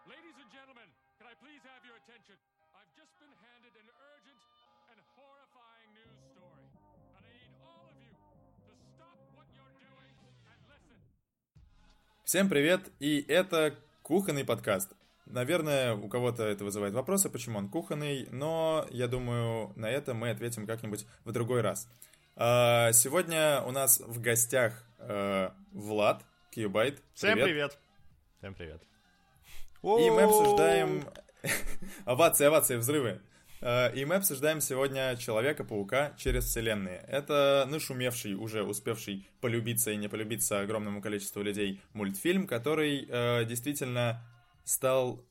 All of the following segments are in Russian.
Ladies and gentlemen, can I please have your attention? I've just been handed an urgent and horrifying news story. And I need all of you to stop what you're doing and listen. Всем привет, и это кухонный подкаст. Наверное, у кого-то это вызывает вопросы, почему он кухонный, но я думаю, на это мы ответим как-нибудь в другой раз. Сегодня у нас в гостях Влад, Кьюбайт. Всем привет. Всем привет. И мы обсуждаем... Овации, взрывы. И мы обсуждаем сегодня Человека-паука через вселенные. Это нашумевший, уже успевший полюбиться и не полюбиться огромному количеству людей мультфильм, который действительно стал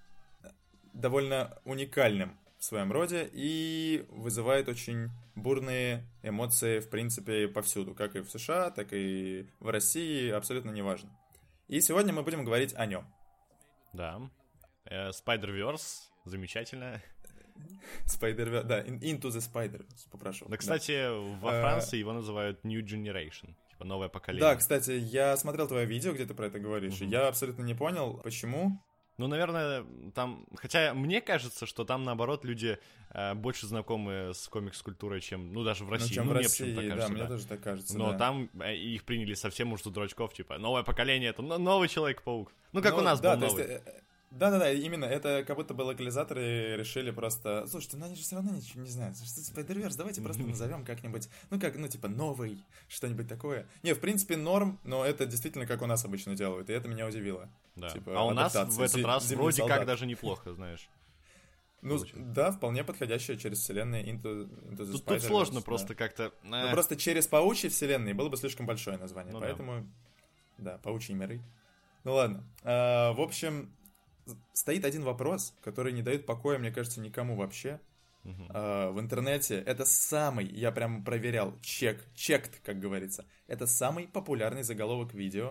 довольно уникальным в своем роде и вызывает очень бурные эмоции, в принципе, повсюду. Как и в США, так и в России, абсолютно неважно. И сегодня мы будем говорить о нем. Да. Spider-Verse. Замечательно. Spider-Verse, да, Into the Spider-Verse, попрошу. Да, кстати, во Франции его называют New Generation, типа новое поколение. Да, кстати, я смотрел твое видео, где ты про это говоришь, и я абсолютно не понял, почему. Ну, наверное, там... Хотя мне кажется, что там, наоборот, люди больше знакомы с комикс-культурой, чем... Ну, даже в России. Чем в мне России, так кажется, да, мне тоже так кажется. Но да. там их приняли совсем уж за дурачков, типа, новое поколение, это новый Человек-паук. Ну, как у нас был новый. Да, именно, это как будто бы локализаторы решили просто... Слушайте, ну они же все равно ничего не знают. Что Spider-Verse, давайте просто назовем как-нибудь, типа, новый, что-нибудь такое. Не, в принципе, норм, но это действительно как у нас обычно делают, и это меня удивило. Да. Типа, а у нас в этот раз вроде солдат. как даже неплохо, знаешь. Ну, да, вполне подходящая через вселенные Into the Spider-Verse. Тут сложно да. просто как-то... Ну, просто через паучьи вселенные было бы слишком большое название, ну, поэтому... Да, паучьи миры. Ну ладно. В общем... Стоит один вопрос, который не дает покоя, мне кажется, никому вообще. В интернете это самый, я прям проверял, чект, как говорится. Это самый популярный заголовок видео.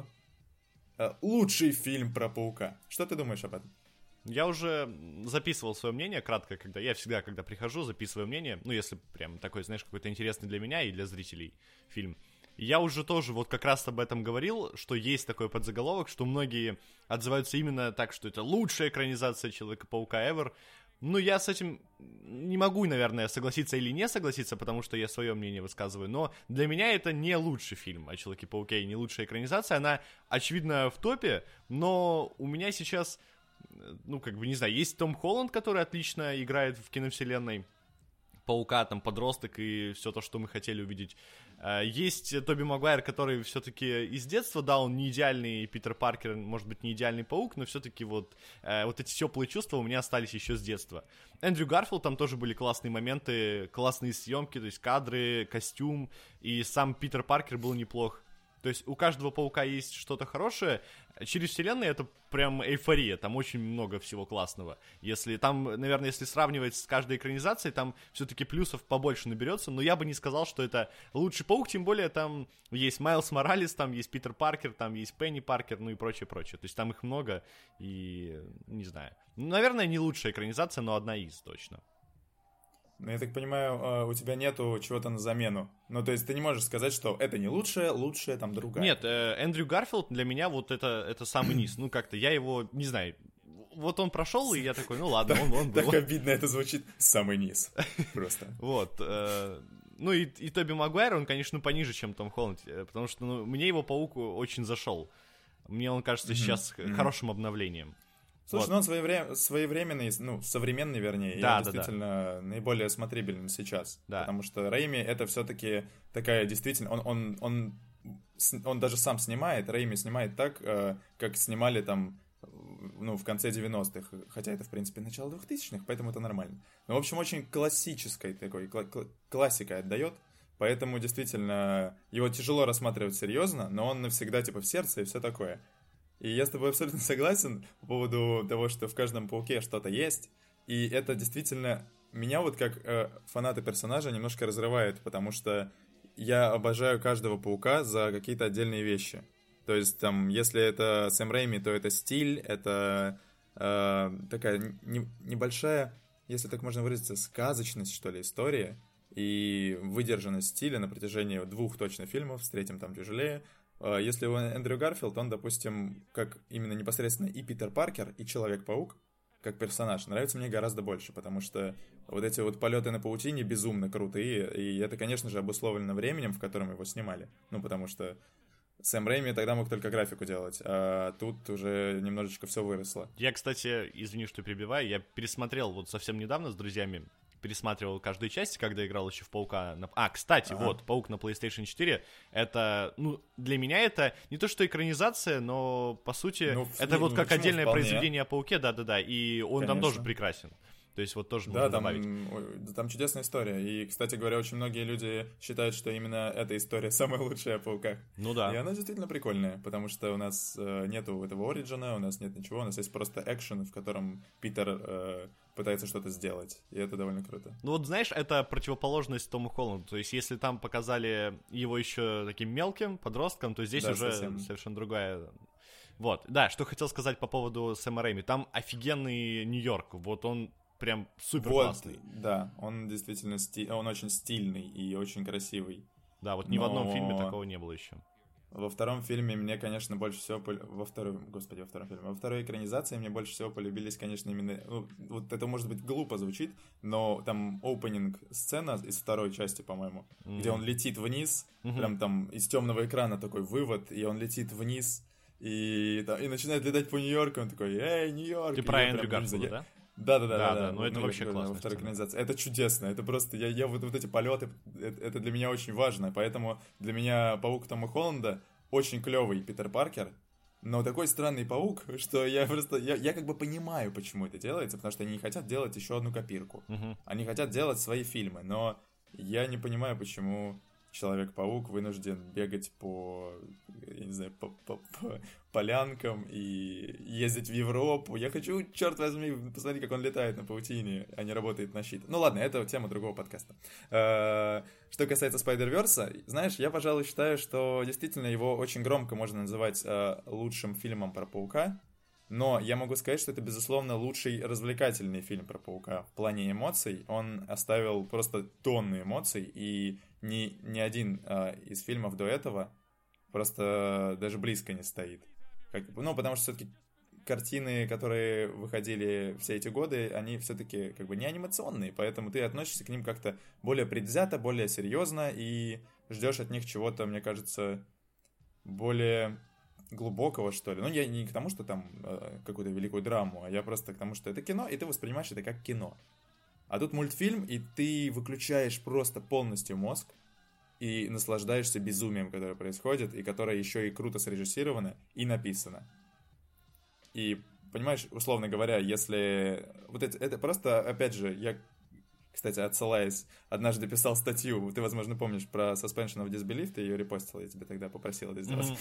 Лучший фильм про паука. Что ты думаешь об этом? Я уже записывал свое мнение кратко, когда прихожу, записываю мнение, ну, если прям такой, знаешь, какой-то интересный для меня и для зрителей фильм. Я уже тоже вот как раз об этом говорил, что есть такой подзаголовок, что многие отзываются именно так, что это лучшая экранизация Человека-паука ever. Ну, я с этим не могу, наверное, согласиться или не согласиться, потому что я свое мнение высказываю, но для меня это не лучший фильм о Человеке-пауке и не лучшая экранизация, она, очевидно, в топе, но у меня сейчас, ну, как бы, не знаю, есть Том Холланд, который отлично играет в киновселенной Паука, там, подросток и все то, что мы хотели увидеть. Есть Тоби Магуайр, который все-таки из детства, да, он не идеальный Питер Паркер, может быть, не идеальный паук, но все-таки вот эти теплые чувства у меня остались еще с детства. Эндрю Гарфилд, там тоже были классные моменты, классные съемки, то есть кадры, костюм, и сам Питер Паркер был неплох. То есть у каждого паука есть что-то хорошее. Через вселенные это прям эйфория, там очень много всего классного. Если там, наверное, если сравнивать с каждой экранизацией, там все-таки плюсов побольше наберется, но я бы не сказал, что это лучший паук, тем более там есть Майлз Моралес, там есть Питер Паркер, там есть Пенни Паркер, ну и прочее. То есть там их много, и не знаю. Наверное, не лучшая экранизация, но одна из точно. Ну, я так понимаю, у тебя нету чего-то на замену. Ну, то есть ты не можешь сказать, что это не лучшее, там другая. Нет, Эндрю Гарфилд для меня вот это самый низ. Ну, как-то я его, не знаю, вот он прошел, и я такой, ну ладно, он был. Так обидно это звучит, самый низ, просто. Вот, ну и Тоби Магуайр, он, конечно, пониже, чем Том Холланд, потому что мне его паук очень зашел. Мне он кажется сейчас хорошим обновлением. Слушай, ну он своевременный, ну, современный, вернее, да, и действительно наиболее смотрибельный сейчас. Да. Потому что Рэйми это все-таки такая, действительно, он даже сам снимает, Рэйми снимает так, как снимали там, ну, в конце 90-х, хотя это, в принципе, начало 2000-х, поэтому это нормально. Но, в общем, очень классической такой, классикой отдает, поэтому, действительно, его тяжело рассматривать серьезно, но он навсегда, типа, в сердце и все такое. И я с тобой абсолютно согласен по поводу того, что в каждом пауке что-то есть. И это действительно меня вот как фаната персонажа немножко разрывает, потому что я обожаю каждого паука за какие-то отдельные вещи. То есть там, если это Сэм Рэйми, то это стиль, это такая небольшая, если так можно выразиться, сказочность, что ли, история. И выдержанность стиля на протяжении 2 точно фильмов, с 3-м там тяжелее. Если у Эндрю Гарфилд, он, допустим, как именно непосредственно и Питер Паркер, и Человек-паук, как персонаж, нравится мне гораздо больше, потому что вот эти вот полеты на паутине безумно крутые, и это, конечно же, обусловлено временем, в котором его снимали. Ну, потому что Сэм Рэйми тогда мог только графику делать, а тут уже немножечко все выросло. Я, кстати, извини, что перебиваю, я пересмотрел вот совсем недавно с друзьями, пересматривал каждую часть, когда играл еще в Паука. Кстати, вот, Паук на PlayStation 4, это, ну, для меня это не то что экранизация, но, по сути, это вот как отдельное произведение о Пауке, да-да-да, и он там тоже прекрасен. То есть вот тоже можно добавить. Там чудесная история. И, кстати говоря, очень многие люди считают, что именно эта история самая лучшая о пауках. Ну да. И она действительно прикольная, потому что у нас нету этого ориджина, у нас нет ничего, у нас есть просто экшен, в котором Питер пытается что-то сделать. И это довольно круто. Ну вот знаешь, это противоположность Тому Холланду. То есть если там показали его еще таким мелким подростком, то здесь уже совершенно другая... Вот, да, что хотел сказать по поводу Сэма Рэйми. Там офигенный Нью-Йорк. Вот он прям супер классный. Вот, да, он действительно он очень стильный и очень красивый. Да, вот ни в одном фильме такого не было еще. Во втором фильме мне, конечно, больше всего... Во второй экранизации мне больше всего полюбились, конечно, именно... Ну, вот это, может быть, глупо звучит, но там опенинг-сцена из второй части, по-моему, где он летит вниз, прям там из темного экрана такой вывод, и он летит вниз, и начинает летать по Нью-Йорку, он такой: «Эй, Нью-Йорк!» Ты про Эндрю Гарфилда, да? Да. Ну это вообще классно. Вторая экранизация. Это чудесно. Это просто... Я вот эти полеты, это для меня очень важно. Поэтому для меня паук Тома Холланда очень клевый Питер Паркер, но такой странный паук, что я просто... Я как бы понимаю, почему это делается, потому что они не хотят делать еще одну копирку. Они хотят делать свои фильмы, но я не понимаю, почему Человек-паук вынужден бегать по, я не знаю, по полянкам и ездить в Европу. Я хочу, черт возьми, посмотреть, как он летает на паутине, а не работает на щит. Ну ладно, это тема другого подкаста. Что касается Спайдерверса, знаешь, я, пожалуй, считаю, что действительно его очень громко можно называть лучшим фильмом про паука. Но я могу сказать, что это, безусловно, лучший развлекательный фильм про паука. В плане эмоций он оставил просто тонны эмоций, и ни один из фильмов до этого просто даже близко не стоит. Потому что все-таки картины, которые выходили все эти годы, они все-таки как бы не анимационные, поэтому ты относишься к ним как-то более предвзято, более серьезно, и ждешь от них чего-то, мне кажется, более... глубокого, что ли. Ну, я не к тому, что там какую-то великую драму, а я просто к тому, что это кино, и ты воспринимаешь это как кино. А тут мультфильм, и ты выключаешь просто полностью мозг и наслаждаешься безумием, которое происходит, и которое еще и круто срежиссировано и написано. И, понимаешь, условно говоря, если... Вот это просто, опять же, я... Кстати, отсылаясь, однажды писал статью, ты, возможно, помнишь, про Suspension of Disbelief, ты ее репостил, я тебе тогда попросил это сделать.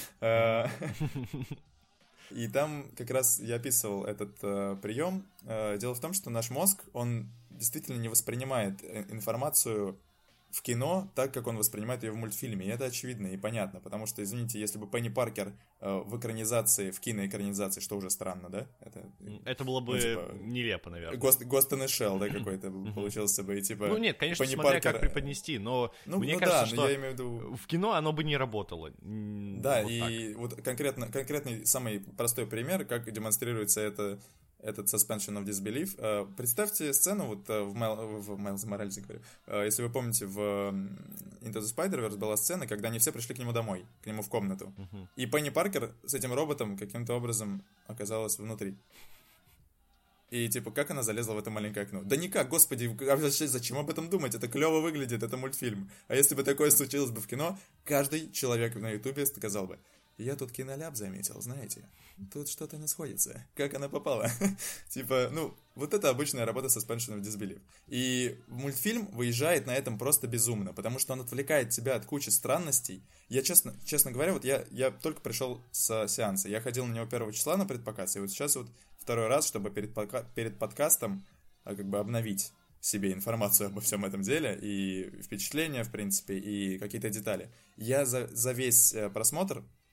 И там как раз я описывал этот прием. Дело в том, что наш мозг, он действительно не воспринимает информацию в кино так, как он воспринимает ее в мультфильме. И это очевидно и понятно, потому что, извините, если бы Пенни Паркер в экранизации, в киноэкранизации, что уже странно, да? Это было бы нелепо, наверное. Ghost in the Shell, да, какой-то получился бы, и типа... Ну нет, конечно, Пенни смотря Паркер... как преподнести, но мне кажется, что я имею в виду... в кино оно бы не работало. Да, вот и вот конкретный самый простой пример, как демонстрируется этот Suspension of Disbelief. Представьте сцену вот в Майлзе Моралесе, говорю. Если вы помните, в Into the Spider-Verse была сцена, когда они все пришли к нему домой, к нему в комнату. И Пенни Паркер с этим роботом каким-то образом оказалась внутри. И типа, как она залезла в это маленькое окно? Да никак, господи, зачем об этом думать? Это клево выглядит, это мультфильм. А если бы такое случилось бы в кино, каждый человек на Ютубе сказал бы: я тут киноляп заметил, знаете, тут что-то не сходится. Как она попала? Типа, вот это обычная работа Suspension of Disbelief. И мультфильм выезжает на этом просто безумно, потому что он отвлекает тебя от кучи странностей. Я, честно говоря, вот я только пришел с сеанса. Я ходил на него 1 числа на предпоказ, и вот сейчас вот второй раз, чтобы перед подкастом как бы обновить себе информацию обо всем этом деле, и впечатления, в принципе, и какие-то детали. Я за весь просмотр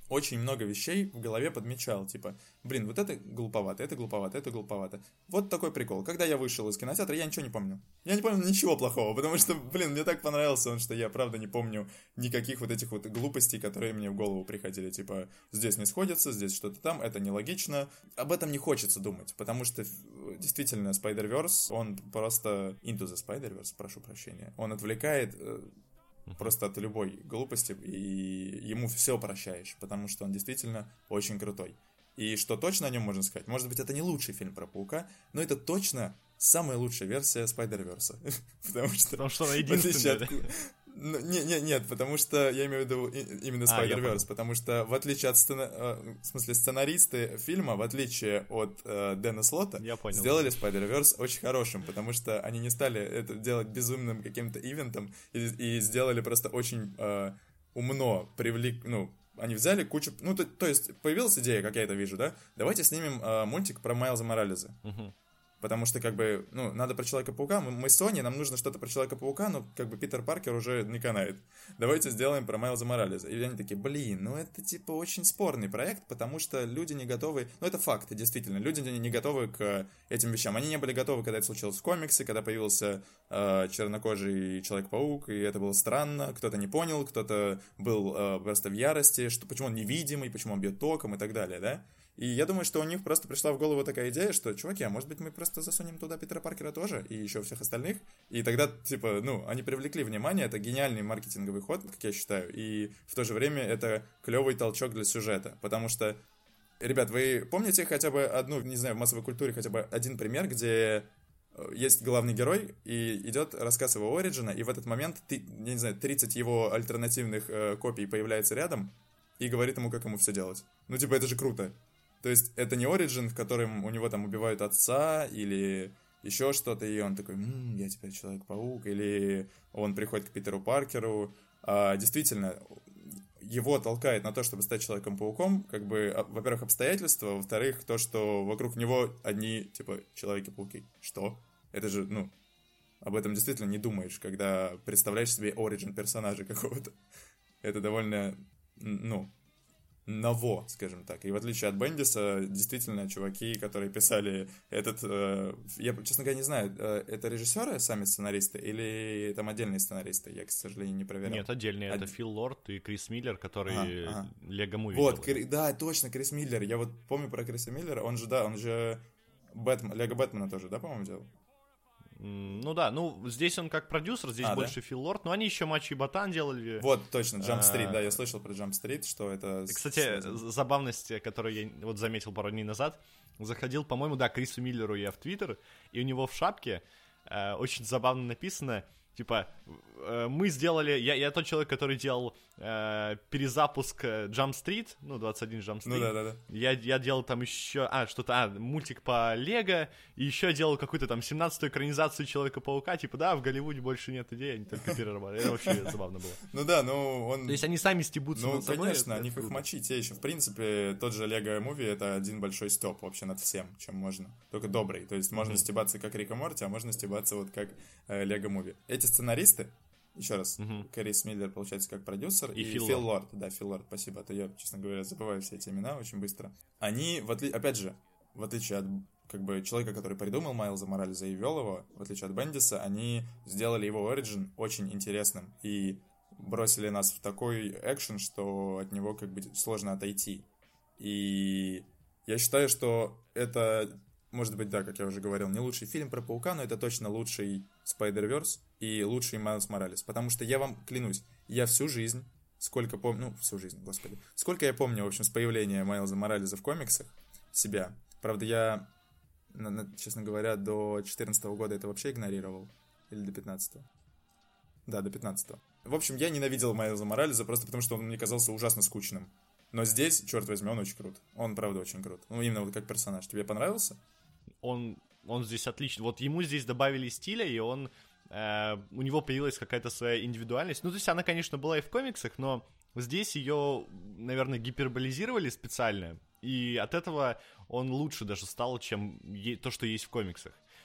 очень много вещей в голове подмечал, типа, блин, вот это глуповато, это глуповато, это глуповато. Вот такой прикол. Когда я вышел из кинотеатра, я ничего не помню. Я не помню ничего плохого, потому что, блин, мне так понравился он, что я правда не помню никаких вот этих вот глупостей, которые мне в голову приходили. Типа, здесь не сходится, здесь что-то там, это нелогично. Об этом не хочется думать, потому что действительно Spider-Verse, он просто Into the Spider-Verse, прошу прощения, он отвлекает просто от любой глупости, и ему все прощаешь, потому что он действительно очень крутой. И что точно о нем можно сказать? Может быть, это не лучший фильм про Паука, но это точно самая лучшая версия Spider-Verse. Потому что она единственная. Нет, потому что я имею в виду именно Spider-Verse, потому что в отличие от сценаристы фильма, в отличие от Дэна Слотта, сделали Spider-Verse очень хорошим, потому что они не стали это делать безумным каким-то ивентом и сделали просто очень умно, они взяли кучу... то есть появилась идея, как я это вижу, да? Давайте снимем мультик про Майлза Моралеса. Потому что, надо про Человека-паука. Мы Sony, нам нужно что-то про Человека-паука, но, Питер Паркер уже не канает. Давайте сделаем про Майлза Моралеса. И они такие, это, очень спорный проект, потому что люди не готовы... это факт, действительно. Люди не готовы к этим вещам. Они не были готовы, когда это случилось в комиксе, когда появился чернокожий Человек-паук, и это было странно. Кто-то не понял, кто-то был просто в ярости, почему он невидимый, почему он бьет током и так далее, да? И я думаю, что у них просто пришла в голову такая идея, что, чуваки, а может быть мы просто засунем туда Питера Паркера тоже, и еще всех остальных? И тогда, они привлекли внимание, это гениальный маркетинговый ход, как я считаю, и в то же время это клевый толчок для сюжета, потому что, ребят, вы помните хотя бы одну, не знаю, в массовой культуре хотя бы один пример, где есть главный герой, и идет рассказ его оригина, и в этот момент, 30 его альтернативных копий появляется рядом и говорит ему, как ему все делать. Это же круто. То есть это не оригин, в котором у него там убивают отца или еще что-то, и он такой, я теперь Человек-паук, или он приходит к Питеру Паркеру. Действительно, его толкает на то, чтобы стать Человеком-пауком, во-первых, обстоятельства, во-вторых, то, что вокруг него одни, Человеки-пауки. Что? Это же, об этом действительно не думаешь, когда представляешь себе оригин персонажа какого-то. Это довольно, ново, скажем так. И в отличие от Бендиса, действительно, чуваки, которые писали этот... я, честно говоря, не знаю, это режиссеры сами сценаристы или там отдельные сценаристы? Я, к сожалению, не проверял. Нет, отдельные. Это Фил Лорд и Крис Миллер, которые Лего Муви делали. Да, точно, Крис Миллер. Я вот помню про Криса Миллера. Он же Лего Бэтмена тоже, да, по-моему, делал? Здесь он как продюсер, здесь больше Фил Лорд, но они еще Мачо и Ботан делали. Вот, точно, Jump Street, да, я слышал про Jump Street, что это... Кстати, забавность, которую я заметил пару дней назад, заходил, по-моему, Крису Миллеру я в Твиттер, и у него в шапке очень забавно написано, мы сделали... Я тот человек, который делал перезапуск Jump Street, 21 Jump Street. Да. Я делал там еще... мультик по Лего, и еще делал какую-то там 17-ю экранизацию Человека-паука, в Голливуде больше нет идей, они только перерабатывают. Это вообще забавно было. он... То есть они сами стебутся над собой. Конечно, они хохмачи те еще. В принципе, тот же Лего Муви — это один большой стёб вообще над всем, чем можно. Только добрый. То есть можно стебаться как Рик и Морти, а можно стебаться вот как Лего Муви. Эти сценаристы, еще раз, Крис Миллер, получается, как продюсер, и Фил Лорд. Да, Фил Лорд, спасибо, а то я, честно говоря, забываю все эти имена очень быстро. Они, опять же, в отличие от человека, который придумал Майлза Моралеса и вел его, в отличие от Бендиса, они сделали его оригин очень интересным и бросили нас в такой экшен, что от него сложно отойти. И я считаю, что это... Может быть, да, как я уже говорил, не лучший фильм про Паука, но это точно лучший Spider-Verse и лучший Майлз Моралес. Потому что я вам клянусь, я всю жизнь, сколько я помню, в общем, с появления Майлза Моралеса в комиксах себя. Правда, я, честно говоря, до 14-го года это вообще игнорировал. Или до 15-го? Да, до 15-го. В общем, я ненавидел Майлза Моралеса просто потому, что он мне казался ужасно скучным. Но здесь, черт возьми, он очень крут. Он, правда, очень крут. Именно как персонаж. Тебе понравился? Он здесь отличный. Вот ему здесь добавили стиля, и у него появилась какая-то своя индивидуальность. То есть она, конечно, была и в комиксах, но здесь ее, наверное, гиперболизировали специально, и от этого он лучше даже стал, чем то, что есть в комиксах.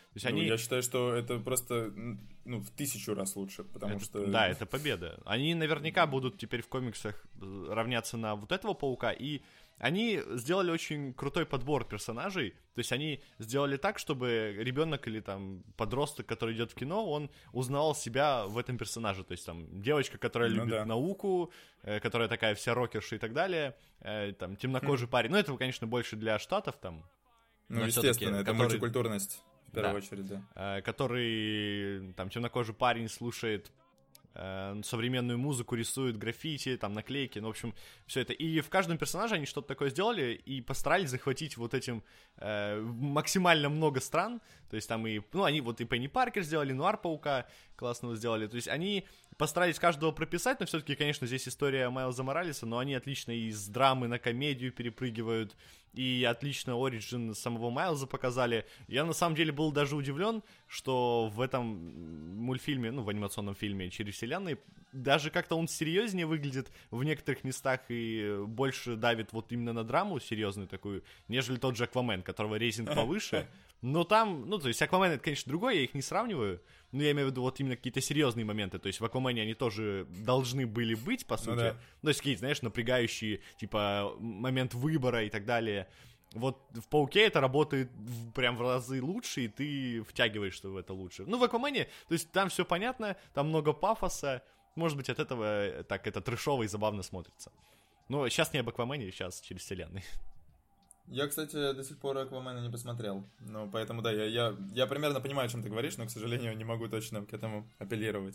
есть они... Я считаю, что это просто, в 1000 раз лучше, потому что... Да, это победа. Они наверняка будут теперь в комиксах равняться на вот этого Паука, и они сделали очень крутой подбор персонажей, то есть они сделали так, чтобы ребенок или там подросток, который идет в кино, он узнавал себя в этом персонаже, то есть там девочка, которая любит науку, которая такая вся рокерша и так далее, там темнокожий парень, это, конечно, больше для Штатов там. Естественно, это мультикультурность в первую очередь, да. Который там темнокожий парень слушает современную музыку, рисует граффити, там наклейки, в общем, все это. И в каждом персонаже они что-то такое сделали и постарались захватить вот этим максимально много стран. То есть там они вот и Пенни Паркер сделали, Нуар-паука классного сделали. То есть они постарались каждого прописать, но все-таки, конечно, здесь история Майлза Моралеса, но они отлично из драмы на комедию перепрыгивают, и отлично оригин самого Майлза показали. Я на самом деле был даже удивлен, что в этом мультфильме, в анимационном фильме «Через вселенные» даже как-то он серьезнее выглядит в некоторых местах и больше давит вот именно на драму серьезную такую, нежели тот же Аквамен, которого рейтинг повыше. Но там, то есть Аквамен это, конечно, другой, я их не сравниваю, но я имею в виду вот именно какие-то серьезные моменты, то есть в Аквамене они тоже должны были быть, по сути, то есть какие-то, знаешь, напрягающие, типа, момент выбора и так далее. Вот в Пауке это работает прям в разы лучше, и ты втягиваешься в это лучше. В Аквамене, то есть там все понятно, там много пафоса, может быть, от этого так это трэшово и забавно смотрится. Но сейчас не об Аквамене, сейчас через вселенные. Я, кстати, до сих пор Аквамена не посмотрел. Поэтому, да, я примерно понимаю, о чем ты говоришь, но, к сожалению, не могу точно к этому апеллировать.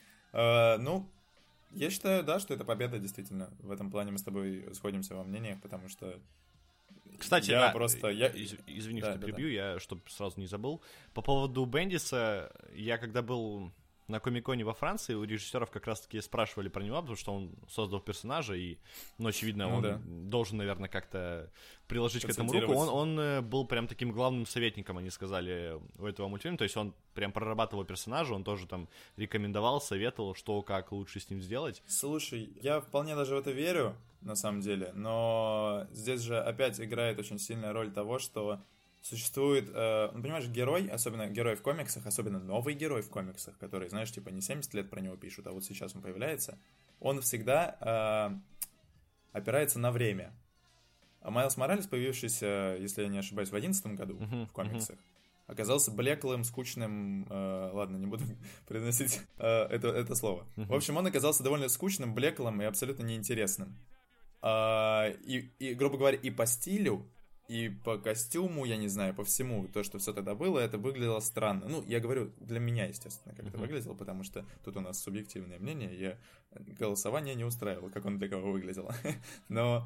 Я считаю, да, что это победа, действительно. В этом плане мы с тобой сходимся во мнениях, потому что... Кстати, извини, что перебью, я, чтобы сразу не забыл. По поводу Бендиса, я когда был на Комик-Коне во Франции, у режиссеров как раз-таки спрашивали про него, потому что он создал персонажа, и, очевидно, он должен, наверное, как-то приложить к этому руку. Он был прям таким главным советником, они сказали, у этого мультфильма, то есть он прям прорабатывал персонажа, он тоже там рекомендовал, советовал, что, как лучше с ним сделать. Слушай, я вполне даже в это верю, на самом деле, но здесь же опять играет очень сильная роль того, что существует, понимаешь, герой, особенно герой в комиксах, особенно новый герой в комиксах, который, знаешь, типа не 70 лет про него пишут, а вот сейчас он появляется, он всегда опирается на время. А Майлз Моралес, появившийся, если я не ошибаюсь, в 2011 году в комиксах, оказался блеклым, скучным, ладно, не буду произносить это слово. В общем, он оказался довольно скучным, блеклым и абсолютно неинтересным. И, грубо говоря, и по стилю, и по костюму, я не знаю, по всему, то, что все тогда было, это выглядело странно. Я говорю, для меня, естественно, как это выглядело, потому что тут у нас субъективное мнение, я голосование не устраивал, как он для кого выглядел. Но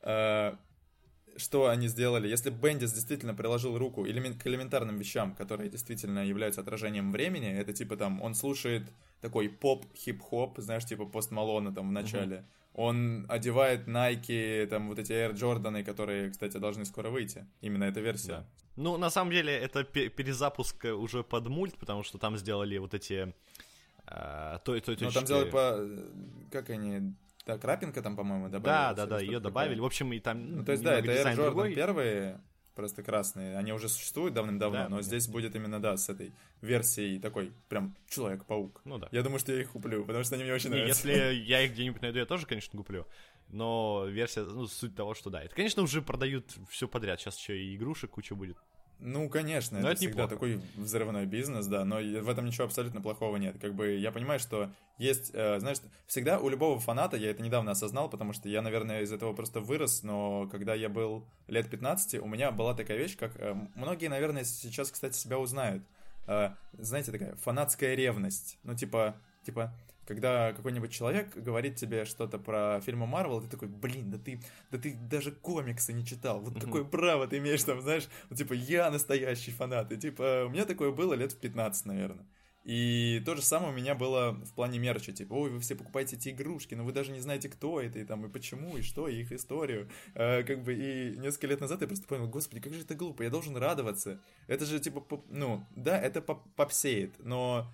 что они сделали? Если Бендис действительно приложил руку к элементарным вещам, которые действительно являются отражением времени, это типа там, он слушает такой поп, хип-хоп, знаешь, типа Пост Малона там в начале, он одевает Nike, там, вот эти Air Jordan, которые, кстати, должны скоро выйти. Именно эта версия. Да. На самом деле, это перезапуск уже под мульт, потому что там сделали вот эти... там сделали как они... Да, Крапинка там, по-моему, добавили. Да, ее добавили. В общем, и там... то есть, да, это Air Jordan первые... Просто красные. Они уже существуют давным-давно, но здесь будет именно, да, с этой версией такой, прям, Человек-паук. Да. Я думаю, что я их куплю, потому что они мне очень нравятся. Если я их где-нибудь найду, я тоже, конечно, куплю. Но версия, суть того, что да. Это, конечно, уже продают все подряд. Сейчас еще и игрушек куча будет. Конечно, это всегда такой взрывной бизнес, да, но в этом ничего абсолютно плохого нет. Я понимаю, что есть, знаешь, всегда у любого фаната, я это недавно осознал, потому что я, наверное, из этого просто вырос, но когда я был лет 15, у меня была такая вещь, как, многие, наверное, сейчас, кстати, себя узнают, знаете, такая фанатская ревность, когда какой-нибудь человек говорит тебе что-то про фильмы Марвел, ты такой, блин, да ты даже комиксы не читал, вот какое право ты имеешь там, знаешь, я настоящий фанат, и у меня такое было лет в 15, наверное. И то же самое у меня было в плане мерча, ой, вы все покупаете эти игрушки, но вы даже не знаете, кто это, и почему, и что, и их историю, и несколько лет назад я просто понял, господи, как же это глупо, я должен радоваться, это же, да, это попсеет, но...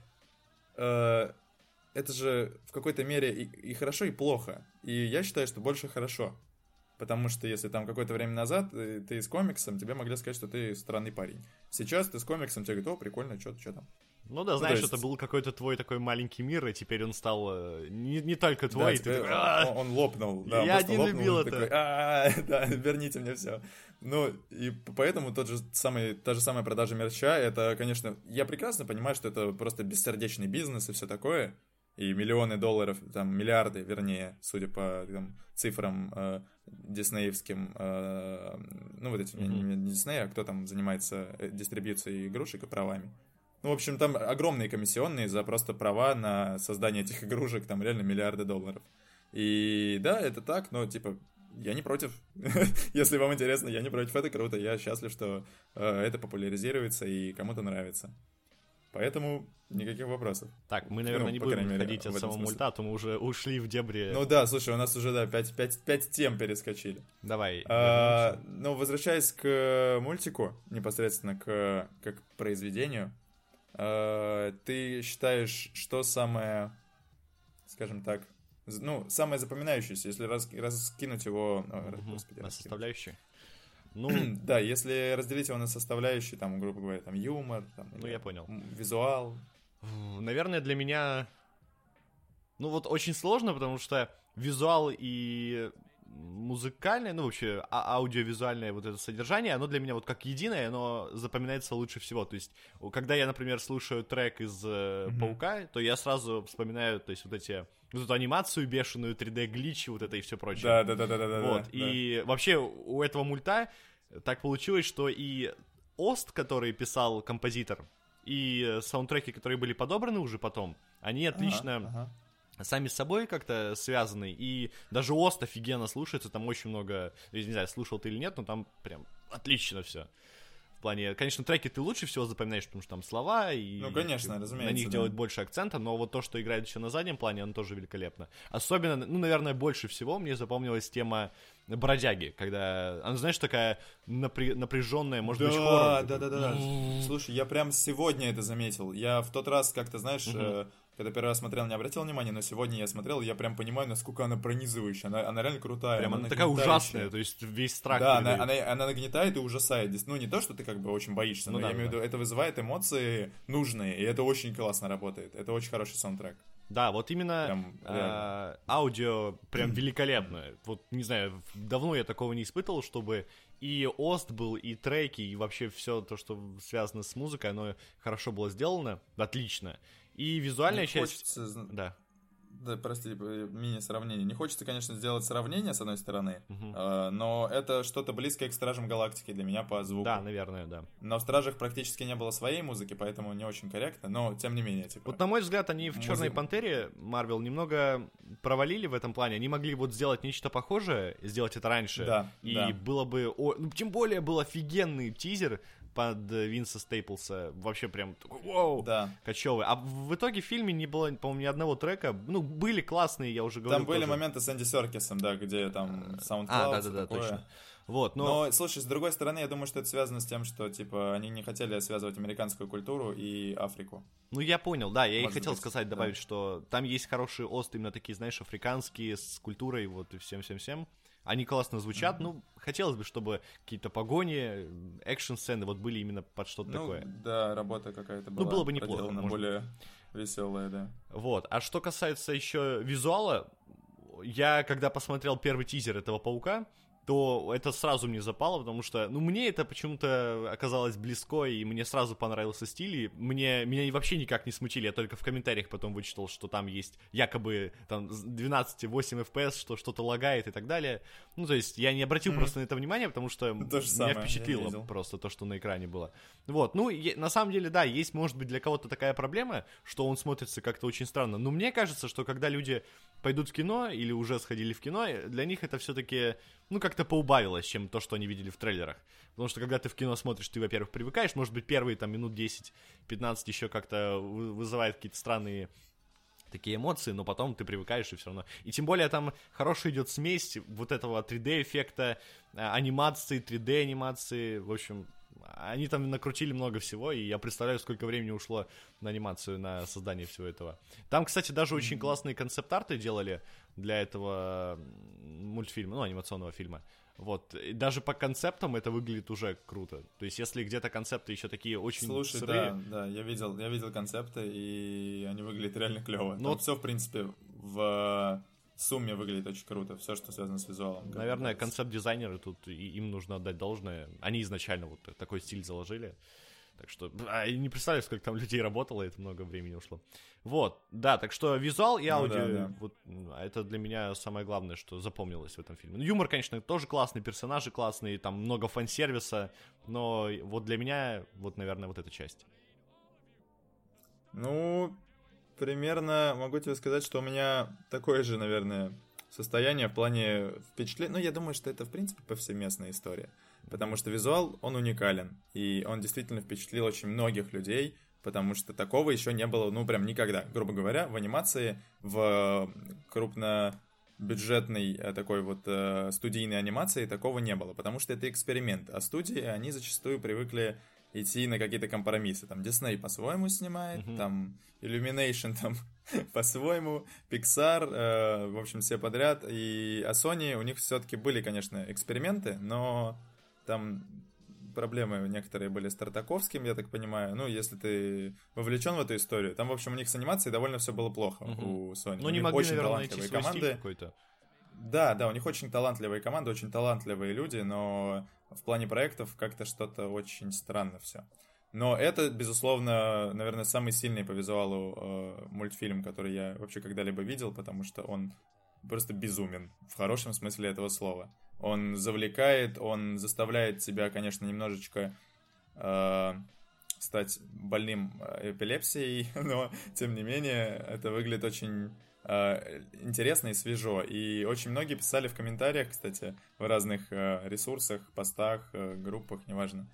это же в какой-то мере и хорошо, и плохо. И я считаю, что больше хорошо. Потому что если там какое-то время назад ты с комиксом, тебе могли сказать, что ты странный парень. Сейчас ты с комиксом, тебе говорят: о, прикольно, что там. Ну да, знаешь, это был какой-то твой такой маленький мир, и теперь он стал не только твой. Да, он лопнул. Да, я один любил это. Такой, да, верните мне все. Ну, и поэтому та же самая продажа мерча, это, конечно, я прекрасно понимаю, что это просто бессердечный бизнес и все такое, и миллионы долларов, там, миллиарды, вернее, судя по там, цифрам диснеевским, ну, вот эти, не Дисней, а кто там занимается дистрибьюцией игрушек и правами. Ну, в общем, там огромные комиссионные за просто права на создание этих игрушек, там реально миллиарды долларов. И да, это так, но, типа, я не против. Если вам интересно, я не против, это круто. Я счастлив, что это популяризируется и кому-то нравится. Поэтому никаких вопросов. Так, мы, наверное, не будем отходить от самого мульта, а то мы уже ушли в дебри. Ну да, слушай, у нас уже, да, 5 тем перескочили. Давай. Ну, возвращаясь к мультику, непосредственно к произведению, ты считаешь, что самое, скажем так, ну, самое запоминающееся, если раскинуть его... на составляющие? Ну, да, если разделить его на составляющие, там, грубо говоря, там, юмор, там, ну, я понял. Визуал. Наверное, для меня, ну, вот очень сложно, потому что визуал и музыкальное, ну, вообще, аудиовизуальное вот это содержание, оно для меня вот как единое, оно запоминается лучше всего. То есть, когда я, например, слушаю трек из «Паука», то я сразу вспоминаю, то есть, вот эту анимацию бешеную, 3D-гличи, вот это и все прочее. Да. Вот, и вообще у этого мульта так получилось, что и Ост, который писал композитор, и саундтреки, которые были подобраны уже потом, они отлично... сами с собой как-то связаны, и даже Ост офигенно слушается, там очень много, я не знаю, слушал ты или нет, но там прям отлично все. В плане, конечно, треки ты лучше всего запоминаешь, потому что там слова, и ну, конечно, разумеется, на них делают больше акцента, но вот то, что играет еще на заднем плане, оно тоже великолепно. Особенно, ну, наверное, больше всего мне запомнилась тема Бродяги, когда, она, знаешь, такая напряженная, может быть, хоррор. Да. Слушай, я прям сегодня это заметил. Я в тот раз как-то, знаешь... Когда первый раз смотрел, не обратил внимания, но сегодня я смотрел, я прям понимаю, насколько она пронизывающая. Она реально крутая. Прям она такая ужасная, то есть весь страх. Да, она нагнетает и ужасает. Ну, не то, что ты как бы очень боишься, но я имею в виду, это вызывает эмоции нужные, и это очень классно работает. Это очень хороший саундтрек. Да, вот именно аудио прям великолепное. Вот, не знаю, давно я такого не испытывал, чтобы и Ост был, и треки, и вообще все то, что связано с музыкой, оно хорошо было сделано, отлично. И визуальная часть... Да, прости, мини-сравнение. Не хочется, конечно, сделать сравнение, с одной стороны, но это что-то близкое к Стражам Галактики для меня по звуку. Да, наверное, да. Но в Стражах практически не было своей музыки, поэтому не очень корректно, но тем не менее, типа... Вот, на мой взгляд, они в «Черной Пантере» Марвел немного провалили в этом плане. Они могли вот сделать нечто похожее, сделать это раньше, было бы... Ну, тем более был офигенный тизер под Винса Стейплса, вообще прям такой, вау, качевый. А в итоге в фильме не было, по-моему, ни одного трека. Ну, были классные, я уже говорил. Там были моменты с Энди Серкисом, да, где там SoundCloud, да, точно. Вот, но, слушай, с другой стороны, я думаю, что это связано с тем, что, типа, они не хотели связывать американскую культуру и Африку. Ну, я понял, да, я и хотел сказать, добавить, что там есть хорошие осты, именно такие, знаешь, африканские, с культурой, вот, и всем-всем-всем. Они классно звучат, ну, хотелось бы, чтобы какие-то погони, экшн-сцены вот были именно под что-то такое. Да, работа какая-то была. Ну, было бы неплохо. Более веселая, да. Вот, а что касается еще визуала, я, когда посмотрел первый тизер этого Паука, то это сразу мне запало, потому что, ну, мне это почему-то оказалось близко, и мне сразу понравился стиль, и меня вообще никак не смутили, я только в комментариях потом вычитал, что там есть якобы там 12-8 FPS, что что-то лагает и так далее. Ну, то есть я не обратил просто на это внимание, потому что меня впечатлило просто то, что на экране было. Вот, ну, на самом деле, да, есть, может быть, для кого-то такая проблема, что он смотрится как-то очень странно, но мне кажется, что когда люди пойдут в кино или уже сходили в кино, для них это все-таки, ну, как-то поубавилось, чем то, что они видели в трейлерах. Потому что, когда ты в кино смотришь, ты, во-первых, привыкаешь, может быть, первые, там, минут 10-15 еще как-то вызывает какие-то странные такие эмоции, но потом ты привыкаешь и все равно. И тем более там хорошая идет смесь вот этого 3D-эффекта, анимации, 3D-анимации, в общем, они там накрутили много всего, и я представляю, сколько времени ушло на анимацию, на создание всего этого. Там, кстати, даже очень классные концепт-арты делали для этого мультфильма, ну, анимационного фильма. Вот, и даже по концептам это выглядит уже круто. То есть, если где-то концепты еще такие очень Слушай, сырые... да, я видел концепты, и они выглядят реально клево. Ну, все, в принципе, в сумме выглядит очень круто, все, что связано с визуалом. Наверное, концепт-дизайнеры тут, им нужно отдать должное. Они изначально вот такой стиль заложили. Так что, не представляю, сколько там людей работало, это много времени ушло. Вот, да, так что визуал и аудио, да. Вот, это для меня самое главное, что запомнилось в этом фильме. Ну, юмор, конечно, тоже классный, персонажи классные, там много фан-сервиса, но вот для меня, вот, наверное, вот эта часть. Ну, примерно могу тебе сказать, что у меня такое же, наверное, состояние в плане впечатления. Ну, я думаю, что это, в принципе, повсеместная история. Потому что визуал, он уникален. И он действительно впечатлил очень многих людей, потому что такого еще не было, ну, прям никогда. Грубо говоря, в анимации, в крупнобюджетной такой вот студийной анимации такого не было. Потому что это эксперимент. А студии, они зачастую привыкли идти на какие-то компромиссы. Там Disney по-своему снимает, там Illumination там по-своему, Pixar, в общем, все подряд. А Sony, у них все-таки были, конечно, эксперименты, но там проблемы некоторые были с Тартаковским, я так понимаю. Ну, если ты вовлечен в эту историю. Там, в общем, у них с анимацией довольно все было плохо у Sony. Ну, у не них могли, очень наверное, найти талантливые свой команды. стиль какой-то. Да, у них очень талантливые команды, очень талантливые люди, но в плане проектов как-то что-то очень странно все. Но это, безусловно, наверное, самый сильный по визуалу мультфильм, который я вообще когда-либо видел, потому что он просто безумен, в хорошем смысле этого слова. Он завлекает, он заставляет тебя, конечно, немножечко стать больным эпилепсией, но, тем не менее, это выглядит очень интересно и свежо. И очень многие писали в комментариях, кстати, в разных ресурсах, постах, группах, неважно,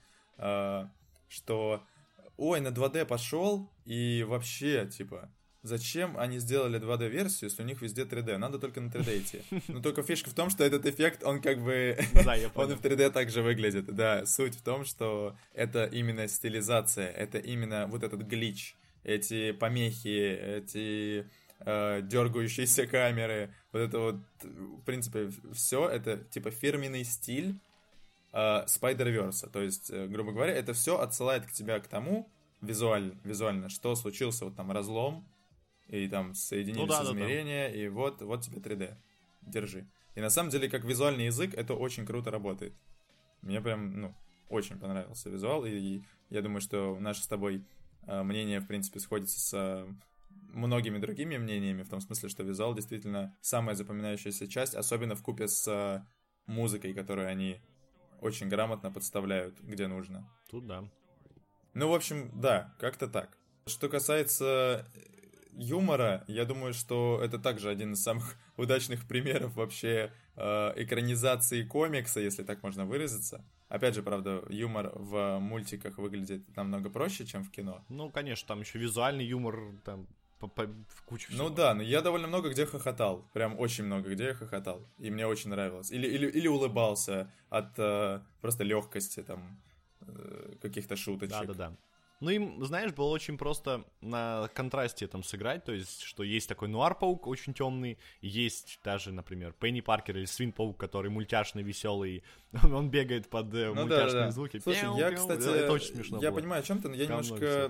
что ой, на 2D пошел, и вообще, типа, зачем они сделали 2D-версию, если у них везде 3D? Надо только на 3D идти. Но только фишка в том, что этот эффект, он как бы... Да, я понял. Он и в 3D также выглядит. Да, суть в том, что это именно стилизация, это именно вот этот глич, эти помехи, эти дергающиеся камеры, вот это вот, в принципе, все это типа фирменный стиль Spider-Verse. То есть, грубо говоря, это все отсылает к тебя к тому, визуально, что случился вот там разлом, и там соединились измерения, и вот тебе 3D. Держи. И на самом деле, как визуальный язык, это очень круто работает. Мне прям, очень понравился визуал, и я думаю, что наше с тобой мнение, в принципе, сходится с многими другими мнениями, в том смысле, что визуал действительно самая запоминающаяся часть, особенно вкупе с музыкой, которую они очень грамотно подставляют, где нужно. Тут да. Ну, в общем, да, как-то так. Что касается юмора, я думаю, что это также один из самых удачных примеров вообще экранизации комикса, если так можно выразиться. Опять же, правда, юмор в мультиках выглядит намного проще, чем в кино. Ну, конечно, там еще визуальный юмор, там в кучу всего. Ну да, но я довольно много где хохотал. Прям очень много где я хохотал. И мне очень нравилось. Или улыбался от просто легкости там каких-то шуточек. Да. Ну, им, знаешь, было очень просто на контрасте там сыграть, то есть, что есть такой нуар-паук очень темный, есть даже, например, Пенни Паркер или Свин-паук, который мультяшный, веселый, он бегает под мультяшные звуки. Слушай, я, кстати, это очень смешно я было. понимаю, о чем ты, но я немножко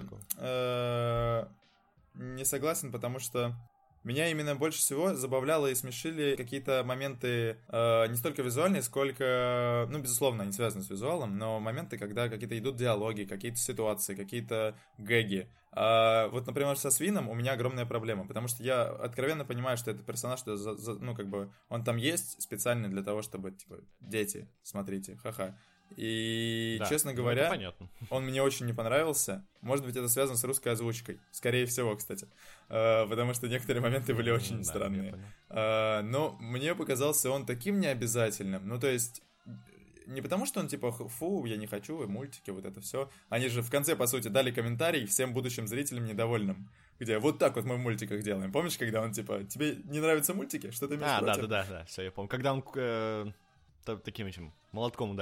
не согласен, потому что меня именно больше всего забавляло и смешили какие-то моменты не столько визуальные, сколько, безусловно, они связаны с визуалом, но моменты, когда какие-то идут диалоги, какие-то ситуации, какие-то гэги. Вот, например, со Свином у меня огромная проблема, потому что я откровенно понимаю, что это персонаж, что, он там есть специально для того, чтобы, типа, дети, смотрите, ха-ха. И, да, честно говоря, он мне очень не понравился. Может быть, это связано с русской озвучкой. Скорее всего, кстати. Потому что некоторые моменты были очень странные. Но мне показался он таким необязательным. Ну, то есть, не потому что он типа, фу, я не хочу, и мультики, вот это все. Они же в конце, по сути, дали комментарий всем будущим зрителям недовольным. Где вот так вот мы в мультиках делаем. Помнишь, когда он типа, тебе не нравятся мультики? Что ты имеешь против? Да, все, я помню. Когда он таким этим молотком ударил.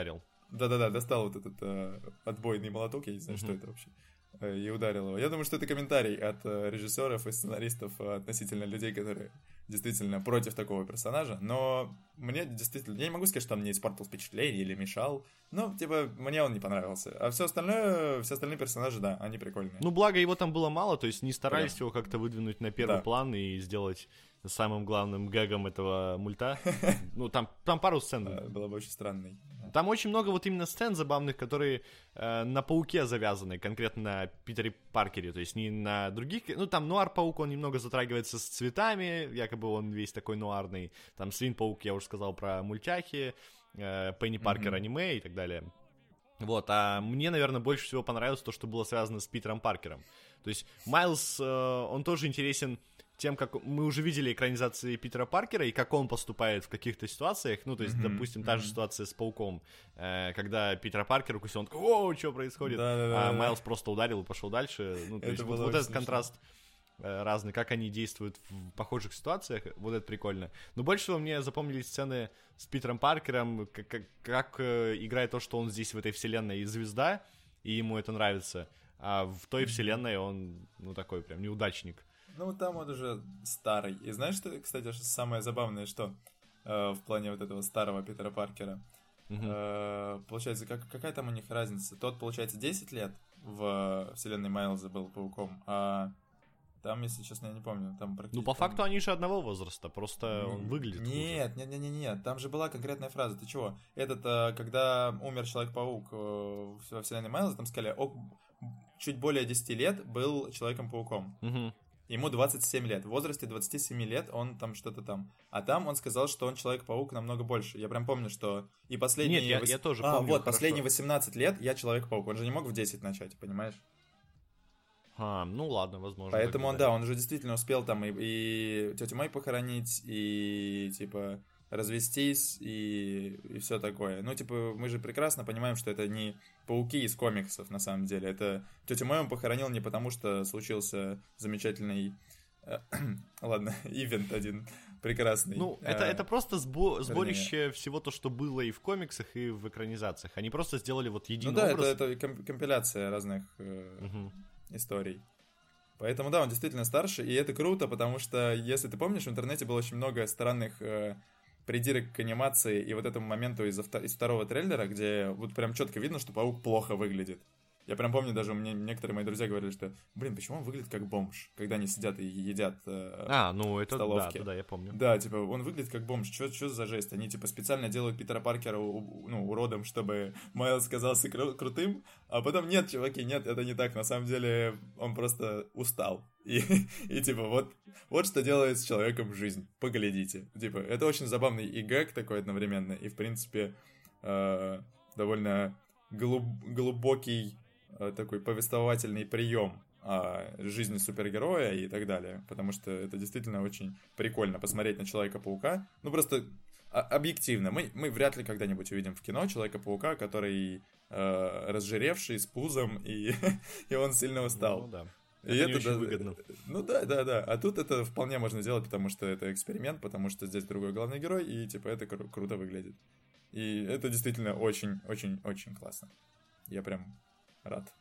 Да-да-да, достал вот этот отбойный молоток, я не знаю, что это вообще, и ударил его. Я думаю, что это комментарий от режиссеров и сценаристов относительно людей, которые действительно против такого персонажа, но мне действительно, я не могу сказать, что он мне испортил впечатление или мешал, но, типа, мне он не понравился. А все остальные персонажи, да, они прикольные. Ну, благо его там было мало, то есть не старались его как-то выдвинуть на первый план и сделать самым главным гэгом этого мульта. Ну, там пару сцен. Было бы очень странно. Там очень много вот именно сцен забавных, которые на Пауке завязаны, конкретно на Питере Паркере, то есть не на других... Ну, там Нуар-паук, он немного затрагивается с цветами, якобы он весь такой нуарный. Там Свин-паук, я уже сказал про мультяхи, Пенни Паркер аниме и так далее. Вот, а мне, наверное, больше всего понравилось то, что было связано с Питером Паркером. То есть Майлз, он тоже интересен тем, как мы уже видели экранизации Питера Паркера и как он поступает в каких-то ситуациях. Ну, то есть, допустим, та же ситуация с Пауком, когда Питера Паркера укусил, он такой: «О, что происходит?» А Майлз просто ударил и пошел дальше. Ну, то есть, вот этот контраст разный, как они действуют в похожих ситуациях, вот это прикольно. Но больше всего мне запомнились сцены с Питером Паркером, как играет то, что он здесь в этой вселенной звезда, и ему это нравится, а в той вселенной он, ну, такой прям неудачник. Ну, там он уже старый. И знаешь, что, кстати, самое забавное, что в плане вот этого старого Питера Паркера, получается, какая там у них разница? Тот, получается, 10 лет в вселенной Майлза был Пауком, а там, если честно, я не помню, там практически... Ну, по факту они же одного возраста, просто он выглядит хуже. Нет, там же была конкретная фраза, ты чего? Когда умер Человек-паук во вселенной Майлза, там сказали, чуть более 10 лет был Человеком-пауком. Ему 27 лет. В возрасте 27 лет он там что-то там. А там он сказал, что он Человек-паук намного больше. Я прям помню, что и последние... Нет, я тоже помню. Вот, последние 18 лет я Человек-паук. Он же не мог в 10 начать, понимаешь? Ну ладно, возможно. Поэтому он уже действительно успел там и тетю Мэй похоронить, и типа развестись, и все такое. Ну, типа, мы же прекрасно понимаем, что это не пауки из комиксов, на самом деле. Это тетю Мэй он похоронил не потому, что случился замечательный ивент один прекрасный. Ну, это просто сборище всего то, что было и в комиксах, и в экранизациях. Они просто сделали вот единый образ. Это компиляция разных историй. Поэтому, да, он действительно старше, и это круто, потому что, если ты помнишь, в интернете было очень много странных придирок к анимации и вот этому моменту из второго трейлера, где вот прям четко видно, что паук плохо выглядит. Я прям помню, даже мне некоторые мои друзья говорили, что, почему он выглядит как бомж, когда они сидят и едят в столовке. Да, я помню. Да, типа, он выглядит как бомж, что за жесть? Они, типа, специально делают Питера Паркера, уродом, чтобы Майлз казался крутым, а потом нет, чуваки, нет, это не так, на самом деле он просто устал. И типа, вот что делает с человеком жизнь, поглядите. Типа, это очень забавный и гэг такой одновременно, и, в принципе, довольно глубокий такой повествовательный прием жизни супергероя и так далее, потому что это действительно очень прикольно посмотреть на Человека-паука. Ну, просто объективно, мы вряд ли когда-нибудь увидим в кино Человека-паука, который разжиревший, с пузом, и он сильно устал. Ну, да. Это не очень выгодно. Ну да. А тут это вполне можно сделать, потому что это эксперимент, потому что здесь другой главный герой, и типа это круто выглядит. И это действительно очень-очень-очень классно. Я прям рад.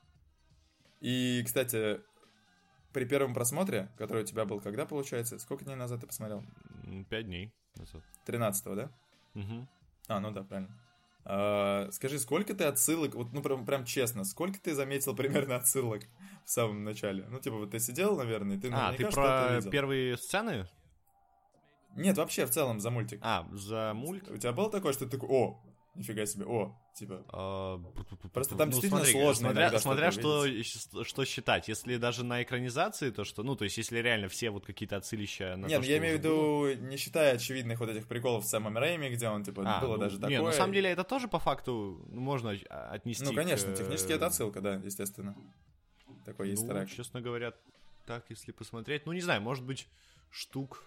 И, кстати, при первом просмотре, который у тебя был когда, получается? Сколько дней назад ты посмотрел? 5 дней назад. 13-го, да? Угу. Ну да, правильно. Скажи, сколько ты отсылок, вот, ну прям честно, сколько ты заметил примерно отсылок в самом начале? Ну, типа, вот ты сидел, наверное, и ты наверняка ты что-то про видел. первые сцены? Нет, вообще в целом за мультик. За мульт? У тебя было такое, что ты такой, нифига себе, типа... Просто там действительно смотри, сложно смотря что считать. Если даже на экранизации, то что, ну, то есть, если реально все вот какие-то отсылища на Нет, я имею в виду, не считая очевидных вот этих приколов с Сэмом Рэйми, где он, типа, было даже такое... Не, на самом деле, это тоже по факту можно отнести. Ну, конечно, технически это отсылка, да, естественно. Такой есть трек. Честно говоря, так, если посмотреть, ну, не знаю, может быть, штук...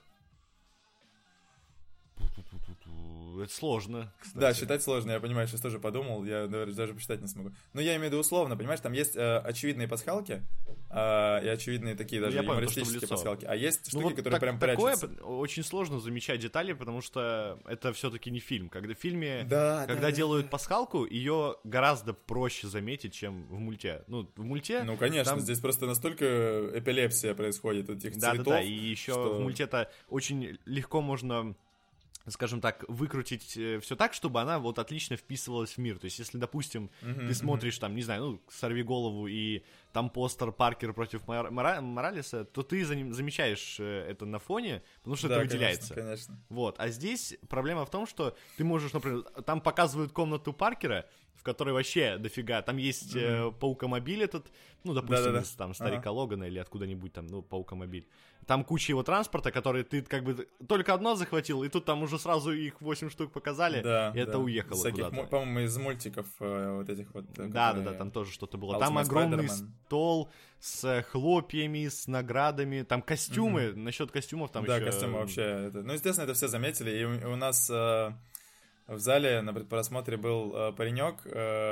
Это сложно, кстати. Да, считать сложно, я понимаю, сейчас тоже подумал, я даже посчитать не смогу. Но я имею в виду условно, понимаешь, там есть очевидные пасхалки, и очевидные такие даже я понял, то, что в юмористические лицо. пасхалки. А есть штуки, вот которые прям прячутся. Такое очень сложно замечать детали, потому что это все-таки не фильм. Когда в фильме, Да, когда да, делают пасхалку, ее гораздо проще заметить, чем в мульте. Ну, в мульте... Ну, конечно, там... здесь просто настолько эпилепсия происходит этих цветов. Да, и еще что... в мульте-то очень легко можно, скажем так, выкрутить все так, чтобы она вот отлично вписывалась в мир. То есть, если, допустим, ты смотришь там, не знаю, «Сорви голову» и там постер Паркер против Моралеса, то ты замечаешь это на фоне, потому что это выделяется. Конечно. Вот. А здесь проблема в том, что ты можешь, например, там показывают комнату Паркера, в которой вообще дофига. Там есть паукомобиль этот, ну, допустим, из там Старика Логана или откуда-нибудь там, ну, паукомобиль. Там куча его транспорта, который ты как бы только одно захватил, и тут там уже сразу их 8 штук показали, и это уехало всяких, куда-то. По-моему, из мультиков вот этих вот. Да, там тоже что-то было. Там огромный стол с хлопьями, с наградами, там костюмы. Насчет костюмов там еще... Да, костюмы вообще. Ну, естественно, это все заметили, и у нас в зале на предпросмотре был паренек,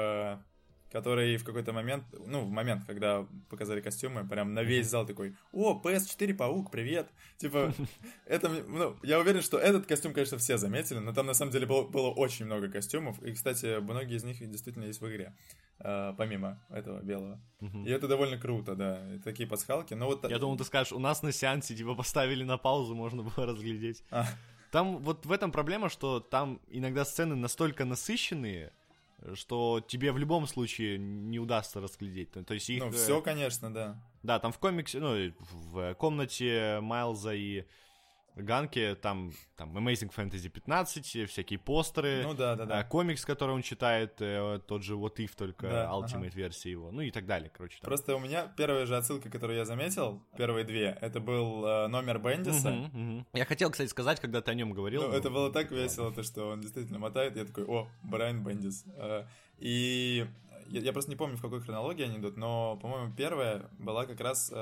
который в какой-то момент, ну, в момент, когда показали костюмы, прям на весь зал такой: «О, PS4 Паук, привет!» Типа, это, ну, я уверен, что этот костюм, конечно, все заметили, но там, на самом деле, было очень много костюмов, и, кстати, многие из них действительно есть в игре, помимо этого белого. И это довольно круто, да, такие пасхалки, но вот... Я думал, ты скажешь, у нас на сеансе, типа, поставили на паузу, можно было разглядеть. Там вот в этом проблема, что там иногда сцены настолько насыщенные, что тебе в любом случае не удастся разглядеть. То есть их... Ну, все, конечно, да. Да, там в комиксе, ну, в комнате Майлза и Ганки, там Amazing Fantasy 15, всякие постеры, ну, да. Комикс, который он читает, тот же What If, только Ultimate версия его, ну и так далее, короче. Там. Просто у меня первая же отсылка, которую я заметил, первые две, это был номер Бендиса. Я хотел, кстати, сказать, когда ты о нем говорил. Ну, это было так весело, то, что он действительно мотает, я такой: «О, Брайан Бендис». И я просто не помню, в какой хронологии они идут, но, по-моему, первая была как раз...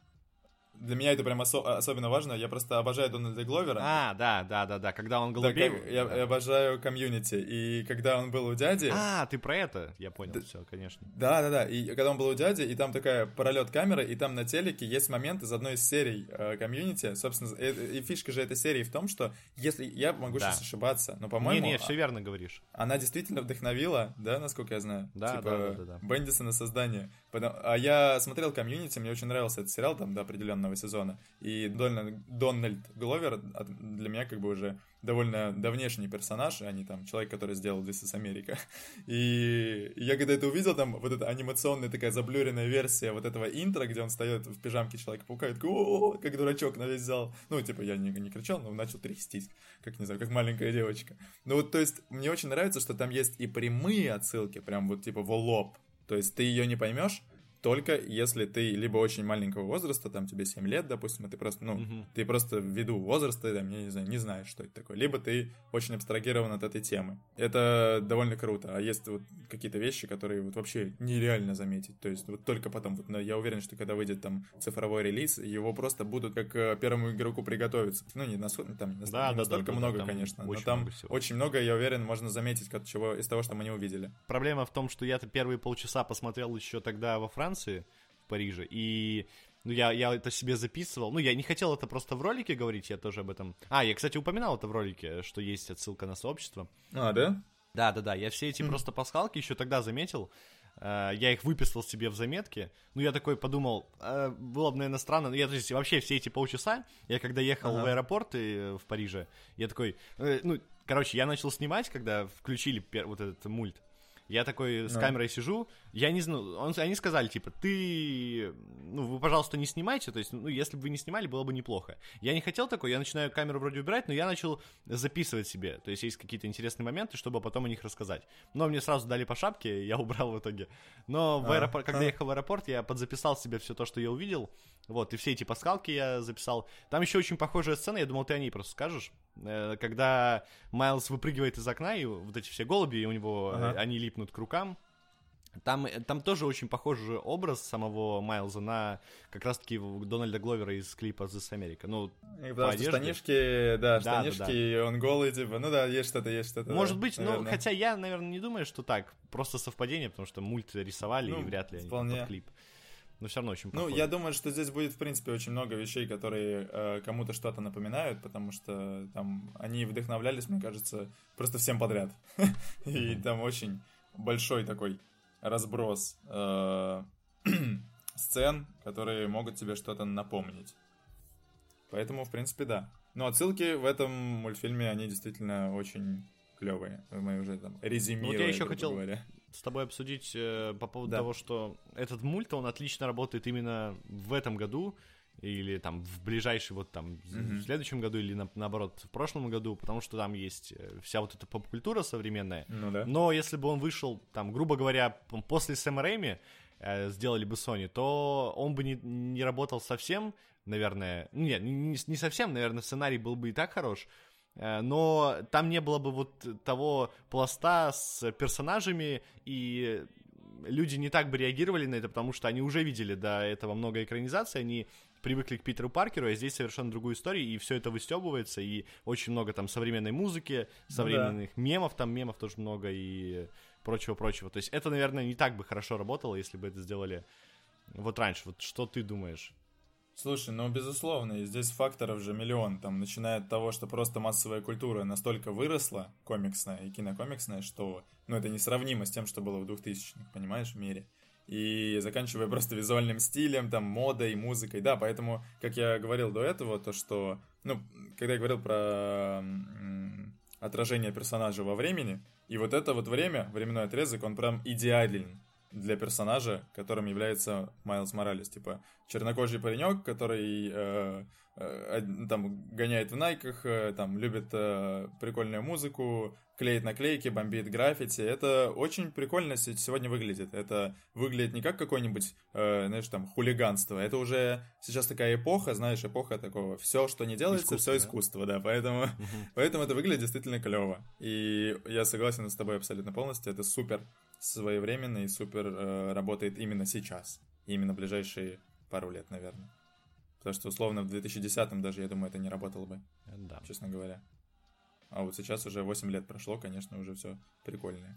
Для меня это прям особенно важно. Я просто обожаю Дональда Гловера. Да. Когда он голубей... Я обожаю Комьюнити. И когда он был у дяди... ты про это? Я понял, все, конечно. Да. И когда он был у дяди, и там такая пролет камеры, и там на телеке есть момент из одной из серий Комьюнити. Собственно, и фишка же этой серии в том, что если... Я могу сейчас ошибаться, но, по-моему... Не, все верно говоришь. Она действительно вдохновила, да, насколько я знаю? Да. Бендиса на создание. А я смотрел Комьюнити, мне очень нравился этот сериал там до определенного сезона. И Дональд Гловер для меня как бы уже довольно давнешний персонаж, а не там человек, который сделал This is America. И я когда это увидел, там вот эта анимационная такая заблюренная версия вот этого интро, где он встает в пижамке Человека-паука и такой: «О, как дурачок на весь зал». Ну, типа, я не кричал, но начал трястись, как, не знаю, как маленькая девочка. Ну вот, то есть, мне очень нравится, что там есть и прямые отсылки, прям вот типа в лоб. То есть, ты ее не поймешь, только если ты либо очень маленького возраста, там тебе 7 лет, допустим, и ты просто, ты просто ввиду возраста, там, я не знаю, не знаешь, что это такое. Либо ты очень абстрагирован от этой темы. Это довольно круто. А есть вот какие-то вещи, которые вот вообще нереально заметить. То есть вот только потом, вот, я уверен, что когда выйдет там цифровой релиз, его просто будут как первому игроку приготовиться. Ну, не настолько много, конечно, но там очень много, я уверен, можно заметить из того, что мы не увидели. Проблема в том, что я-то первые полчаса посмотрел еще тогда во Франции, в Париже, и я это себе записывал. Ну, я не хотел это просто в ролике говорить, я тоже об этом... я, кстати, упоминал это в ролике, что есть отсылка на сообщество. Да? Да, я все эти просто пасхалки еще тогда заметил. Я их выписал себе в заметке. Ну, я такой подумал, было бы, наверное, странно. То есть, вообще все эти полчаса, я когда ехал в аэропорт в Париже, я такой... я начал снимать, когда включили вот этот мульт. Я такой с камерой сижу, я не знаю, они сказали, типа, вы, пожалуйста, не снимайте, то есть, если бы вы не снимали, было бы неплохо. Я не хотел такой, я начинаю камеру вроде убирать, но я начал записывать себе, то есть, есть какие-то интересные моменты, чтобы потом о них рассказать. Но мне сразу дали по шапке, я убрал в итоге. Но когда я ехал в аэропорт, я подзаписал себе все то, что я увидел, вот, и все эти пасхалки я записал. Там еще очень похожая сцена, я думал, ты о ней просто скажешь. Когда Майлз выпрыгивает из окна, и вот эти все голуби, и у него они липнут к рукам. Там тоже очень похожий образ самого Майлза на как раз-таки Дональда Гловера из клипа This America. Ну, потому что штанишки, и он голый, типа, есть что-то. Может быть, хотя я, наверное, не думаю, что так, просто совпадение, потому что мульт рисовали, и вряд ли они под клип. но все равно очень Ну, похоже. я думаю, что здесь будет, в принципе, очень много вещей, которые кому-то что-то напоминают, потому что там они вдохновлялись, мне кажется, просто всем подряд. И там очень большой такой разброс сцен, которые могут тебе что-то напомнить. Поэтому, в принципе, да. Но отсылки в этом мультфильме, они действительно очень клевые. Мы уже там резюмировали, вот я еще грубо хотел говоря. с тобой обсудить по поводу Да. того, что этот мульт, он отлично работает именно в этом году, или там в ближайший вот там в следующем году, или наоборот в прошлом году, потому что там есть вся вот эта поп-культура современная. Ну да. Но если бы он вышел, там, грубо говоря, после Сэма Рэйми, сделали бы Sony, то он бы не работал совсем, наверное. Нет, не совсем, наверное, сценарий был бы и так хорош, но там не было бы вот того пласта с персонажами, и люди не так бы реагировали на это, потому что они уже видели до этого много экранизаций, они привыкли к Питеру Паркеру, а здесь совершенно другую историю, и все это выстебывается, и очень много там современной музыки, современных мемов, там мемов тоже много, и прочего-прочего. То есть это, наверное, не так бы хорошо работало, если бы это сделали вот раньше. Вот что ты думаешь? Слушай, ну, безусловно, и здесь факторов же миллион. Там, начиная от того, что просто массовая культура настолько выросла, комиксная и кинокомиксная, что, ну, это несравнимо с тем, что было в 2000-х, понимаешь, в мире. И заканчивая просто визуальным стилем, там, модой, музыкой. Да, поэтому, как я говорил до этого, то, что, ну, когда я говорил про отражение персонажа во времени, и вот это вот время, временной отрезок, он прям идеален для персонажа, которым является Майлз Моралес. Типа, чернокожий паренек, который там гоняет в найках, там любит прикольную музыку, клеит наклейки, бомбит граффити. Это очень прикольно сегодня выглядит. Это выглядит не как какое-нибудь, знаешь, там, хулиганство. Это уже сейчас такая эпоха, знаешь, эпоха такого. Все, что не делается, Искусство, все да? искусство, да. Поэтому это выглядит действительно клево. И я согласен с тобой абсолютно полностью. Это супер своевременно и супер работает именно сейчас. И именно ближайшие пару лет, наверное. Потому что, условно, в 2010-м даже, я думаю, это не работало бы, Да. честно говоря. А вот сейчас уже 8 лет прошло, конечно, уже все прикольное.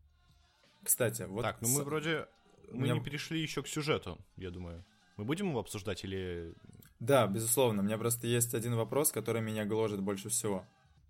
Кстати, вот... Так, ну мы вроде... Мы меня- не перешли еще к сюжету, я думаю. Мы будем его обсуждать или... Да, безусловно. У меня просто есть один вопрос, который меня гложет больше всего.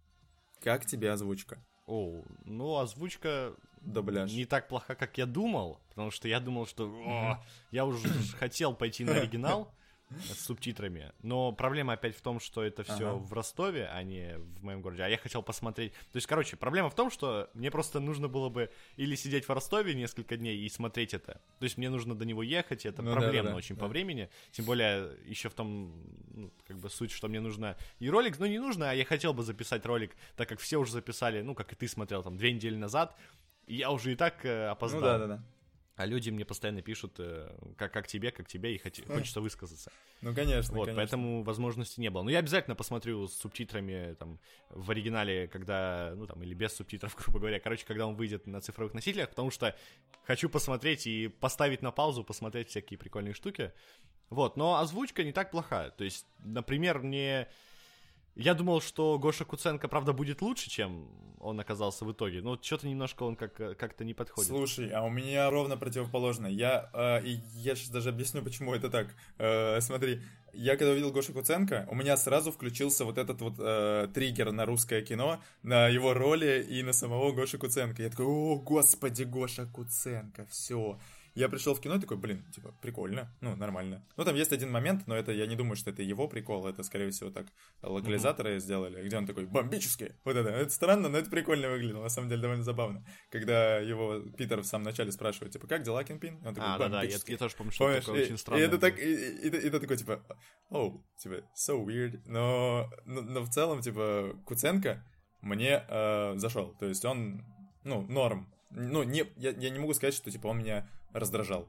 Как тебе озвучка? О, ну озвучка Дубляж. не так плоха, как я думал, потому что я думал, что я уже хотел пойти на оригинал с субтитрами, но проблема опять в том, что это все в Ростове, а не в моем городе, а я хотел посмотреть... То есть, короче, проблема в том, что мне просто нужно было бы или сидеть в Ростове несколько дней и смотреть это, то есть мне нужно до него ехать, и это Ну проблемно да-да-да, очень да. по времени, тем более еще в том, ну, как бы суть, что мне нужно и ролик, ну не нужно, а я хотел бы записать ролик, так как все уже записали, ну как и ты смотрел там 2 недели назад, и я уже и так опоздал. Ну да-да-да. А люди мне постоянно пишут, как тебе, и хочется высказаться. Ну, конечно, Вот, конечно. поэтому возможности не было. Но я обязательно посмотрю с субтитрами там в оригинале, когда, ну там, или без субтитров, грубо говоря. Короче, когда он выйдет на цифровых носителях, потому что хочу посмотреть и поставить на паузу, посмотреть всякие прикольные штуки. Вот, но озвучка не так плоха. То есть, например, мне... Я думал, что Гоша Куценко, правда, будет лучше, чем он оказался в итоге. Но что-то немножко он как-то не подходит. Слушай, а у меня ровно противоположно. Я сейчас даже объясню, почему это так. Смотри, я когда увидел Гошу Куценко, у меня сразу включился вот этот вот триггер на русское кино, на его роли и на самого Гошу Куценко. Я такой, о, господи, Гоша Куценко, все. Я пришел в кино и такой, блин, типа, прикольно, ну, нормально. Ну, там есть один момент, но это, я не думаю, что это его прикол, это, скорее всего, так локализаторы сделали, где он такой, бомбический, вот это странно, но это прикольно выглядело, на самом деле, довольно забавно. Когда его Питер в самом начале спрашивает, типа, как дела, Кингпин? Он такой, Да-да, бомбический. я тоже помню, что Помнишь? это такое очень И странное это было. так, и ты такой, типа, оу, типа, so weird, но в целом, типа, Куценко мне зашел, то есть он, ну, норм. Ну, я не могу сказать, что, типа, он меня раздражал.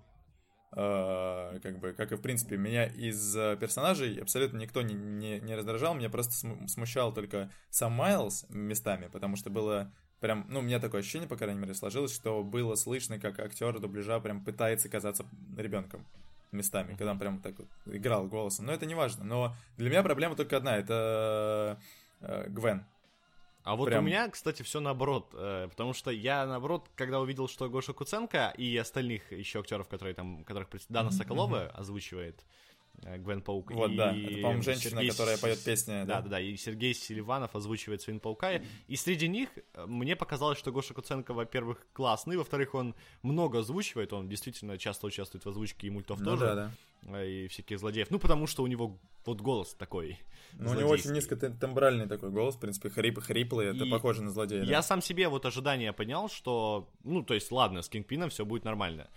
Как бы, как и, в принципе, меня из персонажей абсолютно никто не раздражал, меня просто смущал только сам Майлз местами, потому что было прям, ну, у меня такое ощущение, по крайней мере, сложилось, что было слышно, как актер дубляжа прям пытается казаться ребенком местами, когда он прям так вот играл голосом, но это не важно, но для меня проблема только одна, это Гвен. А вот Прям. у меня, кстати, все наоборот, потому что я, наоборот, когда увидел, что Гоша Куценко и остальных еще актеров, которых Дана Соколова озвучивает, Гвен Паук. Вот, и да, это, по-моему, женщина, Сергей которая поет песни. Да, и Сергей Селиванов озвучивает Свин-паука. И среди них мне показалось, что Гоша Куценко, во-первых, классный, во-вторых, он много озвучивает, он действительно часто участвует в озвучке и мультов тоже, и всяких злодеев. Ну, потому что у него вот голос такой. Ну, у него очень низкотембральный такой голос, в принципе, хриплый, это похоже на злодея. Я сам себе вот ожидания поднял, что, ну, то есть, ладно, с Кингпином все будет нормально.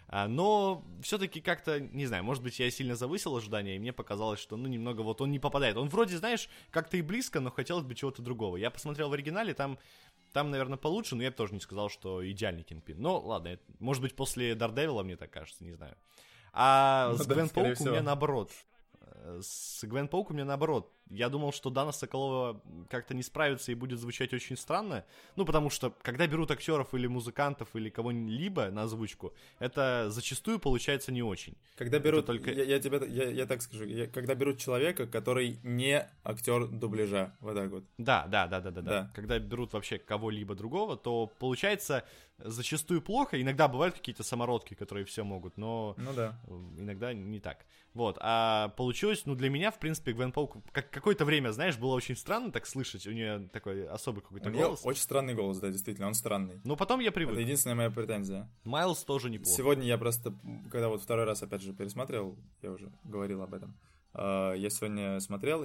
Но все-таки как-то, не знаю, может быть, я сильно завысил ожидания, и мне показалось, что, ну, немного вот он не попадает. Он вроде, знаешь, как-то и близко, но хотелось бы чего-то другого. Я посмотрел в оригинале, там, наверное, получше, но я бы тоже не сказал, что идеальный Кингпин. Но, ладно, может быть, после Дардевила мне так кажется, не знаю. А с Гвен Паук у меня наоборот. С Гвен Паук у меня наоборот. Я думал, что Дана Соколова как-то не справится и будет звучать очень странно. Ну, потому что, когда берут актеров или музыкантов или кого-либо на озвучку, это зачастую получается не очень. Когда берут, я так скажу, когда берут человека, который не актер дубляжа, вот так вот. Да. Когда берут вообще кого-либо другого, то получается зачастую плохо. Иногда бывают какие-то самородки, которые все могут, но иногда не так. Вот, а получилось, ну, для меня, в принципе, Гвен Паук какое-то время, знаешь, было очень странно так слышать, у нее такой особый какой-то голос. Очень странный голос, да, действительно, он странный. Но потом я привык. Это единственная моя претензия. Майлз тоже неплохо. Сегодня я просто, когда вот второй раз, опять же, пересматривал, я уже говорил об этом, я сегодня смотрел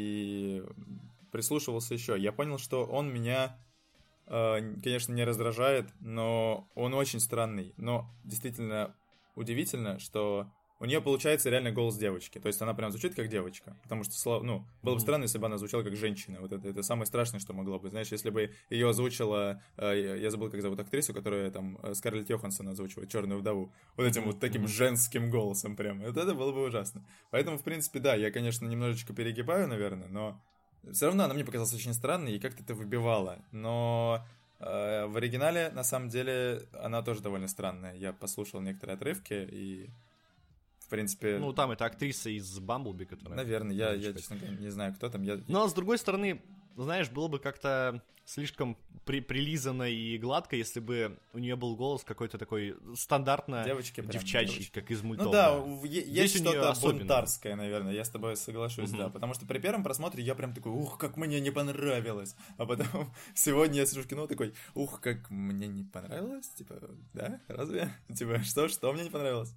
и прислушивался еще. Я понял, что он меня, конечно, не раздражает, но он очень странный. Но действительно удивительно, что у нее получается реально голос девочки. То есть она прям звучит как девочка. Потому что, ну, было бы странно, если бы она звучала как женщина. Вот это самое страшное, что могло быть. Знаешь, если бы ее озвучила... Я забыл, как зовут актрису, которая там Скарлетт Йоханссон озвучивает «Черную вдову». Вот этим вот таким женским голосом прям. Вот это было бы ужасно. Поэтому, в принципе, да, я, конечно, немножечко перегибаю, наверное, но все равно она мне показалась очень странной и как-то это выбивала. Но... в оригинале, на самом деле, она тоже довольно странная. Я послушал некоторые отрывки и... В принципе... Ну, там это актриса из Бамблби, которая... Наверное, я честно говоря, не знаю, кто там. Но, с другой стороны, знаешь, было бы как-то слишком прилизанно и гладко, если бы у нее был голос какой-то такой стандартно девчачий, как из мультов. Ну да, есть что-то бунтарское, наверное, я с тобой соглашусь, да. Потому что при первом просмотре я прям такой, ух, как мне не понравилось. А потом сегодня я сижу в кино такой, ух, как мне не понравилось. Типа, да, разве? Типа, что мне не понравилось?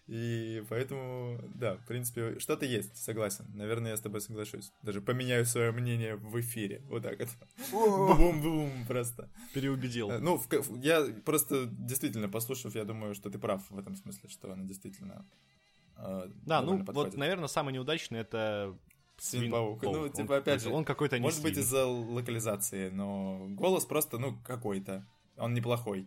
И поэтому, да, в принципе, что-то есть, согласен. Наверное, я с тобой соглашусь. Даже поменяю свое мнение в эфире. Вот так вот. Бум-бум, просто. Переубедил. Ну, я просто, действительно, послушав, я думаю, что ты прав в этом смысле, что она действительно да, ну, подходит. Вот, наверное, самый неудачный — это Свин-паук. Ну, типа, опять же, он какой-то не может быть, из-за локализации, но голос просто, ну, какой-то. Он неплохой.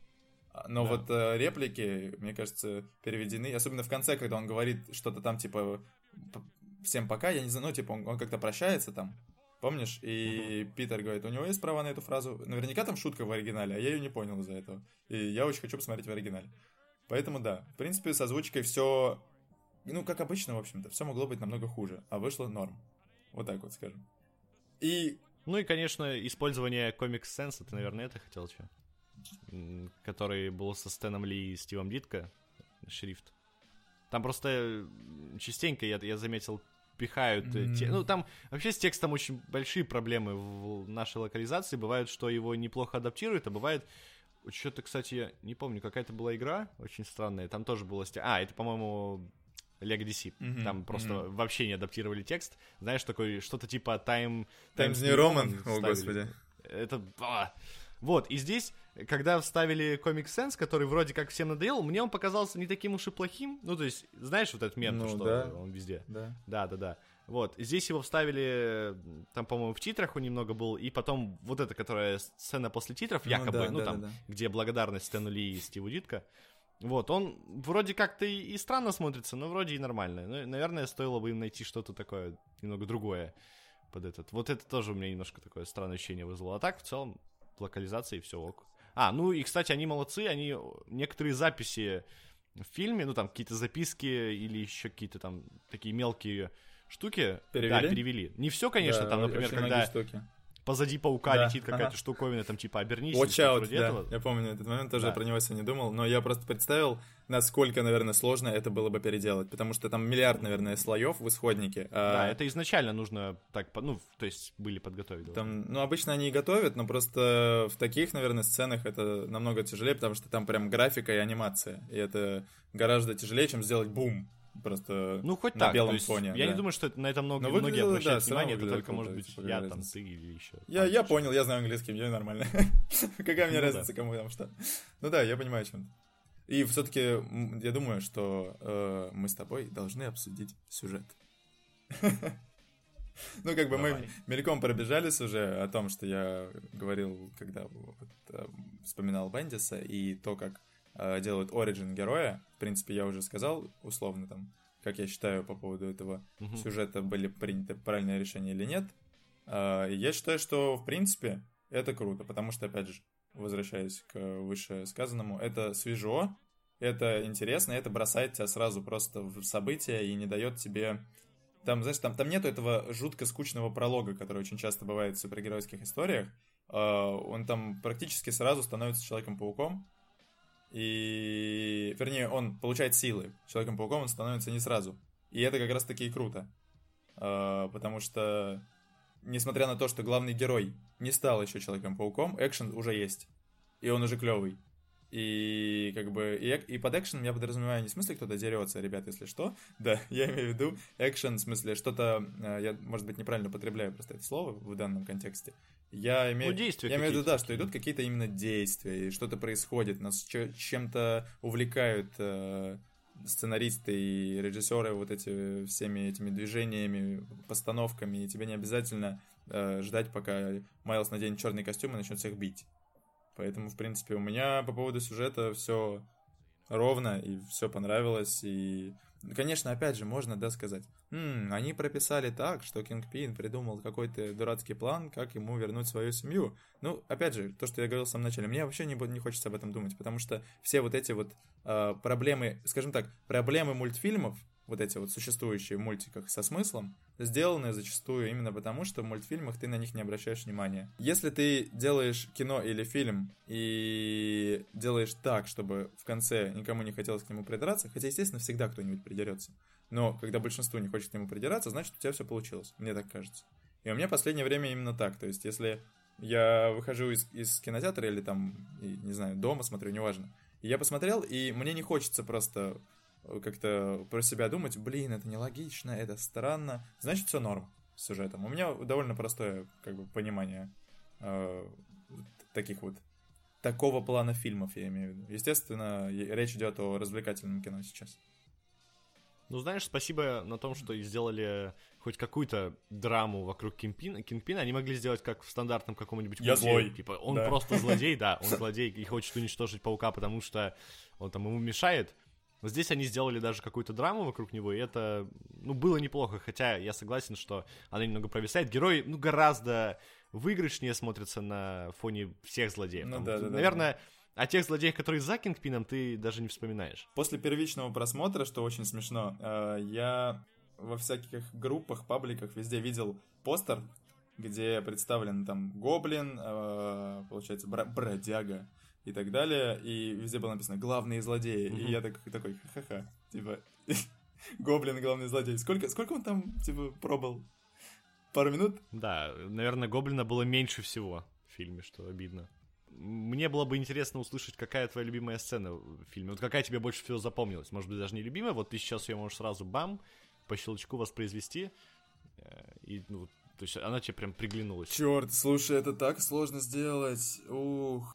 Но да. Вот реплики, мне кажется, переведены, особенно в конце, когда он говорит что-то там, типа, всем пока, я не знаю, ну, типа, он как-то прощается там, помнишь? И Питер говорит, у него есть права на эту фразу. Наверняка там шутка в оригинале, а я ее не понял из-за этого. И я очень хочу посмотреть в оригинале. Поэтому, да, в принципе, с озвучкой все, ну, как обычно, в общем-то, все могло быть намного хуже, а вышло норм. Вот так вот скажем. Ну и, конечно, использование Comic Sans, ты, наверное, это хотел, что? Который был со Стэном Ли и Стивом Дитко, шрифт. Там просто частенько, я заметил, пихают... Ну, там вообще с текстом очень большие проблемы в нашей локализации. Бывает, что его неплохо адаптируют, а бывает... Что-то, кстати, я не помню, какая-то была игра очень странная. Там тоже было... это, по-моему, Lego DC. Там просто вообще не адаптировали текст. Знаешь, такой что-то типа Times New Roman. О, господи. Это... Вот, и здесь, когда вставили Comic Sans, который вроде как всем надоел, мне он показался не таким уж и плохим. Ну, то есть, знаешь, вот этот мем, что да. Он везде. Да. Вот, здесь его вставили, там, по-моему, в титрах он немного был, и потом вот эта, которая сцена после титров, якобы, где благодарность Стэну Ли и Стиву Дитко. Вот, он вроде как-то и странно смотрится, но вроде и нормально. Ну, наверное, стоило бы им найти что-то такое, немного другое под этот. Вот это тоже у меня немножко такое странное ощущение вызвало. А так, в целом, локализации все ок. Ну и, кстати, они молодцы, они некоторые записи в фильме, ну там какие-то записки или еще какие-то там такие мелкие штуки, перевели? Да, перевели. Не все, конечно, да, там, например, когда позади паука Да, летит какая-то штуковина, там типа обернись. Watch или что-то out, вроде да. этого. Я помню этот момент, тоже Да. про него сегодня думал, но я просто представил, насколько, наверное, сложно это было бы переделать, потому что там миллиард, наверное, слоев в исходнике. Да, это изначально нужно так, ну, то есть были подготовить. Там, ну, обычно они и готовят, но просто в таких, наверное, сценах это намного тяжелее, потому что там прям графика и анимация, и это гораздо тяжелее, чем сделать бум. Просто Ну, хоть на так, белом то есть фоне. я да. не думаю, что на это Но многие выглядело, обращают да, всё равно внимание, это выглядело только, круто, может быть, типа, я какая там, разница. ты или еще. Я понял, я знаю английский, мне нормально. Какая мне Ну разница, кому там что. Ну да, я понимаю, о чем ты. И все-таки я думаю, что мы с тобой должны обсудить сюжет. Ну, как бы мы Давай. мельком пробежались уже о том, что я говорил, когда вспоминал Бендиса, и то, как делают оригин героя. В принципе, я уже сказал, условно, там, как я считаю по поводу этого сюжета, были приняты правильные решения или нет. И я считаю, что, в принципе, это круто, потому что, опять же, возвращаясь к вышесказанному, это свежо, это интересно, это бросает тебя сразу просто в события и не дает тебе... Там, знаешь, там нету этого жутко скучного пролога, который очень часто бывает в супергеройских историях. Он там практически сразу становится Человеком-пауком. И... Вернее, он получает силы. Человеком-пауком он становится не сразу. И это как раз-таки и круто. Потому что, несмотря на то, что главный герой не стал еще Человеком-пауком, экшен уже есть. И он уже клевый. И как бы и под экшеном я подразумеваю не в смысле кто-то дерется, ребят, если что. Да, я имею в виду экшен, в смысле что-то, я, может быть, неправильно употребляю просто это слово в данном контексте. Я имею в виду, да, что идут какие-то именно действия, и что-то происходит, нас чем-то увлекают сценаристы и режиссеры вот эти всеми этими движениями, постановками, и тебе не обязательно ждать, пока Майлз наденет черный костюм и начнет всех бить. Поэтому, в принципе, у меня по поводу сюжета все ровно, и все понравилось, и... Конечно, опять же, можно, да, сказать, они прописали так, что Кингпин придумал какой-то дурацкий план, как ему вернуть свою семью. Ну, опять же, то, что я говорил в самом начале, мне вообще не хочется об этом думать, потому что все вот эти вот проблемы, скажем так, проблемы мультфильмов, вот эти вот существующие в мультиках со смыслом, сделаны зачастую именно потому, что в мультфильмах ты на них не обращаешь внимания. Если ты делаешь кино или фильм и делаешь так, чтобы в конце никому не хотелось к нему придраться, хотя, естественно, всегда кто-нибудь придерется, но когда большинство не хочет к нему придираться, значит, у тебя все получилось, мне так кажется. И у меня в последнее время именно так, то есть если я выхожу из кинотеатра или там, не знаю, дома смотрю, неважно, и я посмотрел, и мне не хочется просто... как-то про себя думать, блин, это нелогично, это странно, значит, все норм с сюжетом. У меня довольно простое, как бы, понимание таких вот, такого плана фильмов, я имею в виду. Естественно, речь идет о развлекательном кино сейчас. Ну, знаешь, спасибо на том, что сделали хоть какую-то драму вокруг Кингпина. Они могли сделать как в стандартном каком-нибудь... Я злой. Типа, он Да. просто злодей, да, он злодей и хочет уничтожить паука, потому что он там ему мешает. Но здесь они сделали даже какую-то драму вокруг него, и это, ну, было неплохо, хотя я согласен, что она немного провисает. Герой, ну, гораздо выигрышнее смотрится на фоне всех злодеев. Ну, Там, да. наверное, о тех злодеях, которые за Кингпином, ты даже не вспоминаешь. После первичного просмотра, что очень смешно, я во всяких группах, пабликах везде видел постер, где представлен там Гоблин, получается, бродяга и так далее, и везде было написано «Главные злодеи», и я такой ха-ха-ха, типа, Гоблин главный злодей. Сколько он там, типа, пробыл? Пару минут? Да, наверное, Гоблина было меньше всего в фильме, что обидно. Мне было бы интересно услышать, какая твоя любимая сцена в фильме. Вот какая тебе больше всего запомнилась? Может быть, даже не любимая, вот ты сейчас ее можешь сразу бам, по щелчку воспроизвести, и, ну, то есть она тебе прям приглянулась. Черт, слушай, это так сложно сделать. Ух.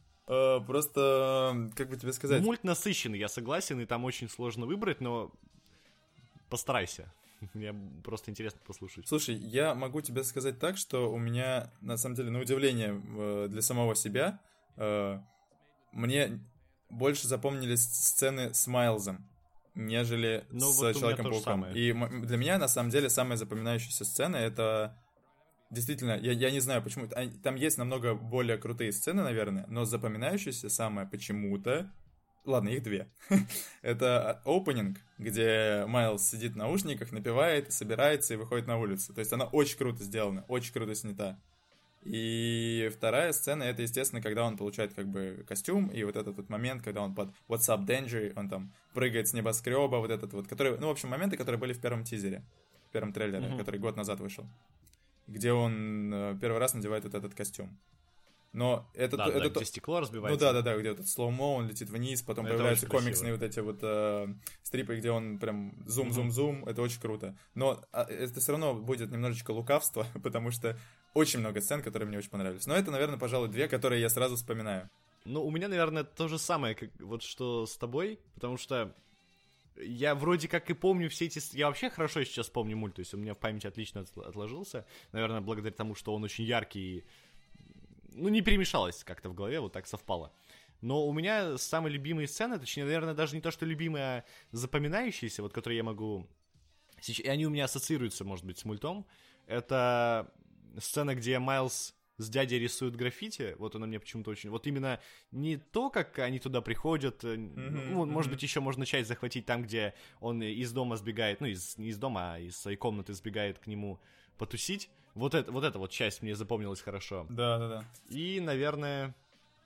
Просто, как бы тебе сказать... Мульт насыщенный, я согласен, и там очень сложно выбрать, но постарайся. Мне просто интересно послушать. Слушай, я могу тебе сказать так, что у меня, на самом деле, на удивление для самого себя, мне больше запомнились сцены с Майлзом, нежели с вот Человеком-пауком. И для меня, на самом деле, самая запоминающаяся сцена — это... Действительно, я не знаю, почему. Там есть намного более крутые сцены, наверное, но запоминающаяся самая почему-то... Ладно, их две. Это опенинг, где Майлз сидит в наушниках, напевает, собирается и выходит на улицу. То есть она очень круто сделана, очень круто снята. И вторая сцена, это, естественно, когда он получает как бы костюм, и вот этот вот момент, когда он под What's Up Danger, он там прыгает с небоскреба, вот этот вот, который, ну, в общем, моменты, которые были в первом тизере, в первом трейлере, который год назад вышел, где он первый раз надевает вот этот костюм. Но это... Да, это где стекло разбивается. Ну да, где этот слоумо, он летит вниз, потом это появляются комиксные вот эти вот стрипы, где он прям зум-зум-зум, это очень круто. Но это все равно будет немножечко лукавство, потому что очень много сцен, которые мне очень понравились. Но это, наверное, пожалуй, две, которые я сразу вспоминаю. Ну, у меня, наверное, то же самое, как вот что с тобой, потому что я вроде как и помню все эти... Я вообще хорошо сейчас помню мульт, то есть у меня в памяти отлично отложился, наверное, благодаря тому, что он очень яркий и... Ну, не перемешалось как-то в голове, вот так совпало. Но у меня самые любимые сцены, точнее, наверное, даже не то, что любимые, а запоминающиеся, вот которые я могу... И они у меня ассоциируются, может быть, с мультом. Это сцена, где Майлз с дядей рисуют граффити. Вот она мне почему-то очень... Вот именно не то, как они туда приходят. Может быть, еще можно часть захватить там, где он из дома сбегает. Ну, не из дома, а из своей комнаты сбегает к нему потусить. Вот эта вот часть мне запомнилась хорошо. Да. И, наверное...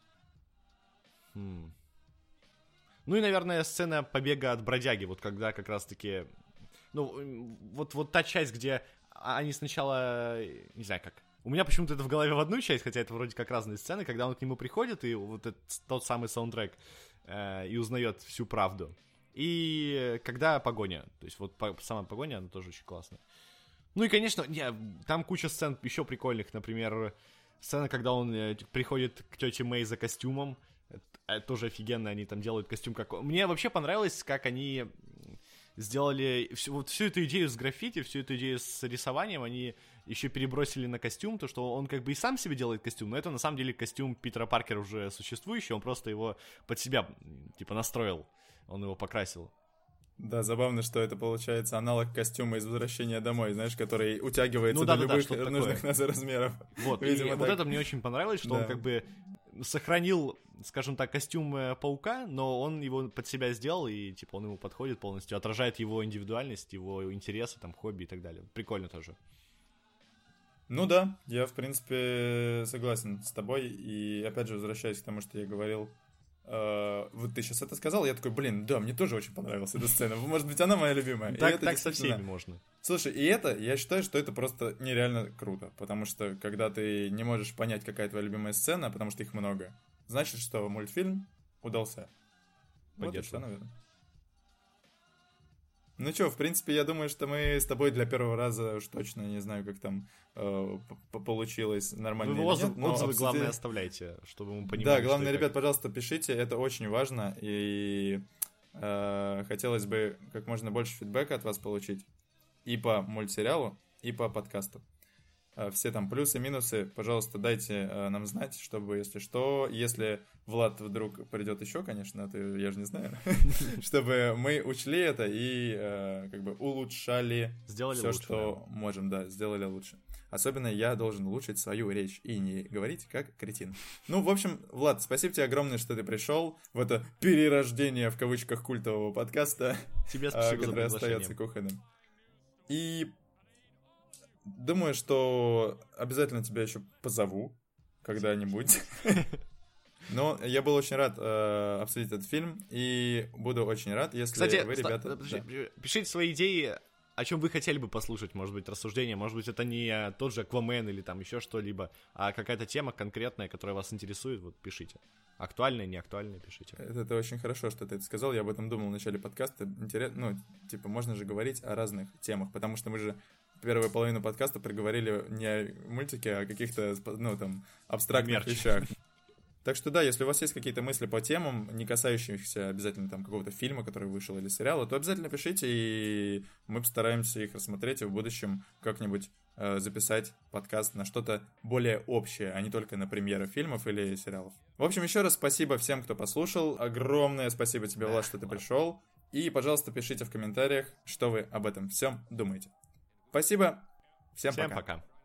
Ну и, наверное, сцена побега от бродяги. Вот когда как раз-таки... Ну, вот та часть, где они сначала... Не знаю как. У меня почему-то это в голове в одну часть, хотя это вроде как разные сцены, когда он к нему приходит, и вот тот самый саундтрек, и узнает всю правду. И когда погоня. То есть вот сама погоня, она тоже очень классная. Ну и, конечно, там куча сцен еще прикольных. Например, сцена, когда он приходит к тете Мэй за костюмом. Это тоже офигенно, они там делают костюм как... Мне вообще понравилось, как они сделали всю эту идею с граффити, всю эту идею с рисованием, они еще перебросили на костюм, то, что он как бы и сам себе делает костюм, но это на самом деле костюм Питера Паркера уже существующий, он просто его под себя, типа, настроил, он его покрасил. Да, забавно, что это получается аналог костюма из «Возвращения домой», знаешь, который утягивается до любых нужных нас размеров. Вот, видимо, вот это мне очень понравилось, что он как бы сохранил, скажем так, костюм Паука, но он его под себя сделал, и типа он ему подходит полностью, отражает его индивидуальность, его интересы, там, хобби и так далее. Прикольно тоже. Ну да, я, в принципе, согласен с тобой, и опять же, возвращаясь к тому, что я говорил, вот ты сейчас это сказал, я такой, блин, да, мне тоже очень понравилась эта сцена, может быть, она моя любимая. Так со всеми можно. Слушай, и я считаю, что это просто нереально круто, потому что, когда ты не можешь понять, какая твоя любимая сцена, потому что их много, значит, что мультфильм удался. Вот и все, наверное. Ну что, в принципе, я думаю, что мы с тобой для первого раза уж точно, не знаю, как там получилось нормально или нет. Но отзывы, главное, оставляйте, чтобы мы понимали. Да, главное, ребят, пожалуйста, пишите, это очень важно, и хотелось бы как можно больше фидбэка от вас получить и по мультсериалу, и по подкасту. Все там плюсы, минусы, пожалуйста, дайте нам знать, чтобы, если что, если Влад вдруг придет еще, конечно, это я же не знаю, чтобы мы учли это и как бы улучшали все, что можем, да, сделали лучше. Особенно я должен улучшить свою речь и не говорить как кретин. Ну, в общем, Влад, спасибо тебе огромное, что ты пришел в это перерождение, в кавычках, культового подкаста, тебе спасибо, который остается кухонным. И думаю, что обязательно тебя еще позову когда-нибудь. Но я был очень рад обсудить этот фильм, и буду очень рад, если кстати, вы, ребята... Пишите свои идеи, о чем вы хотели бы послушать, может быть, рассуждения, может быть, это не тот же Аквамен или там еще что-либо, а какая-то тема конкретная, которая вас интересует, вот пишите. Актуальная, неактуальная, пишите. Это очень хорошо, что ты это сказал, я об этом думал в начале подкаста. Интересно, ну, типа, можно же говорить о разных темах, потому что мы же первую половину подкаста проговорили не о мультике, а о каких-то, ну, там, абстрактных вещах. Так что да, если у вас есть какие-то мысли по темам, не касающихся обязательно там какого-то фильма, который вышел, или сериала, то обязательно пишите, и мы постараемся их рассмотреть и в будущем как-нибудь записать подкаст на что-то более общее, а не только на премьеры фильмов или сериалов. В общем, еще раз спасибо всем, кто послушал. Огромное спасибо тебе, Влад, что ты пришел. И, пожалуйста, пишите в комментариях, что вы об этом всем думаете. Спасибо. Всем пока.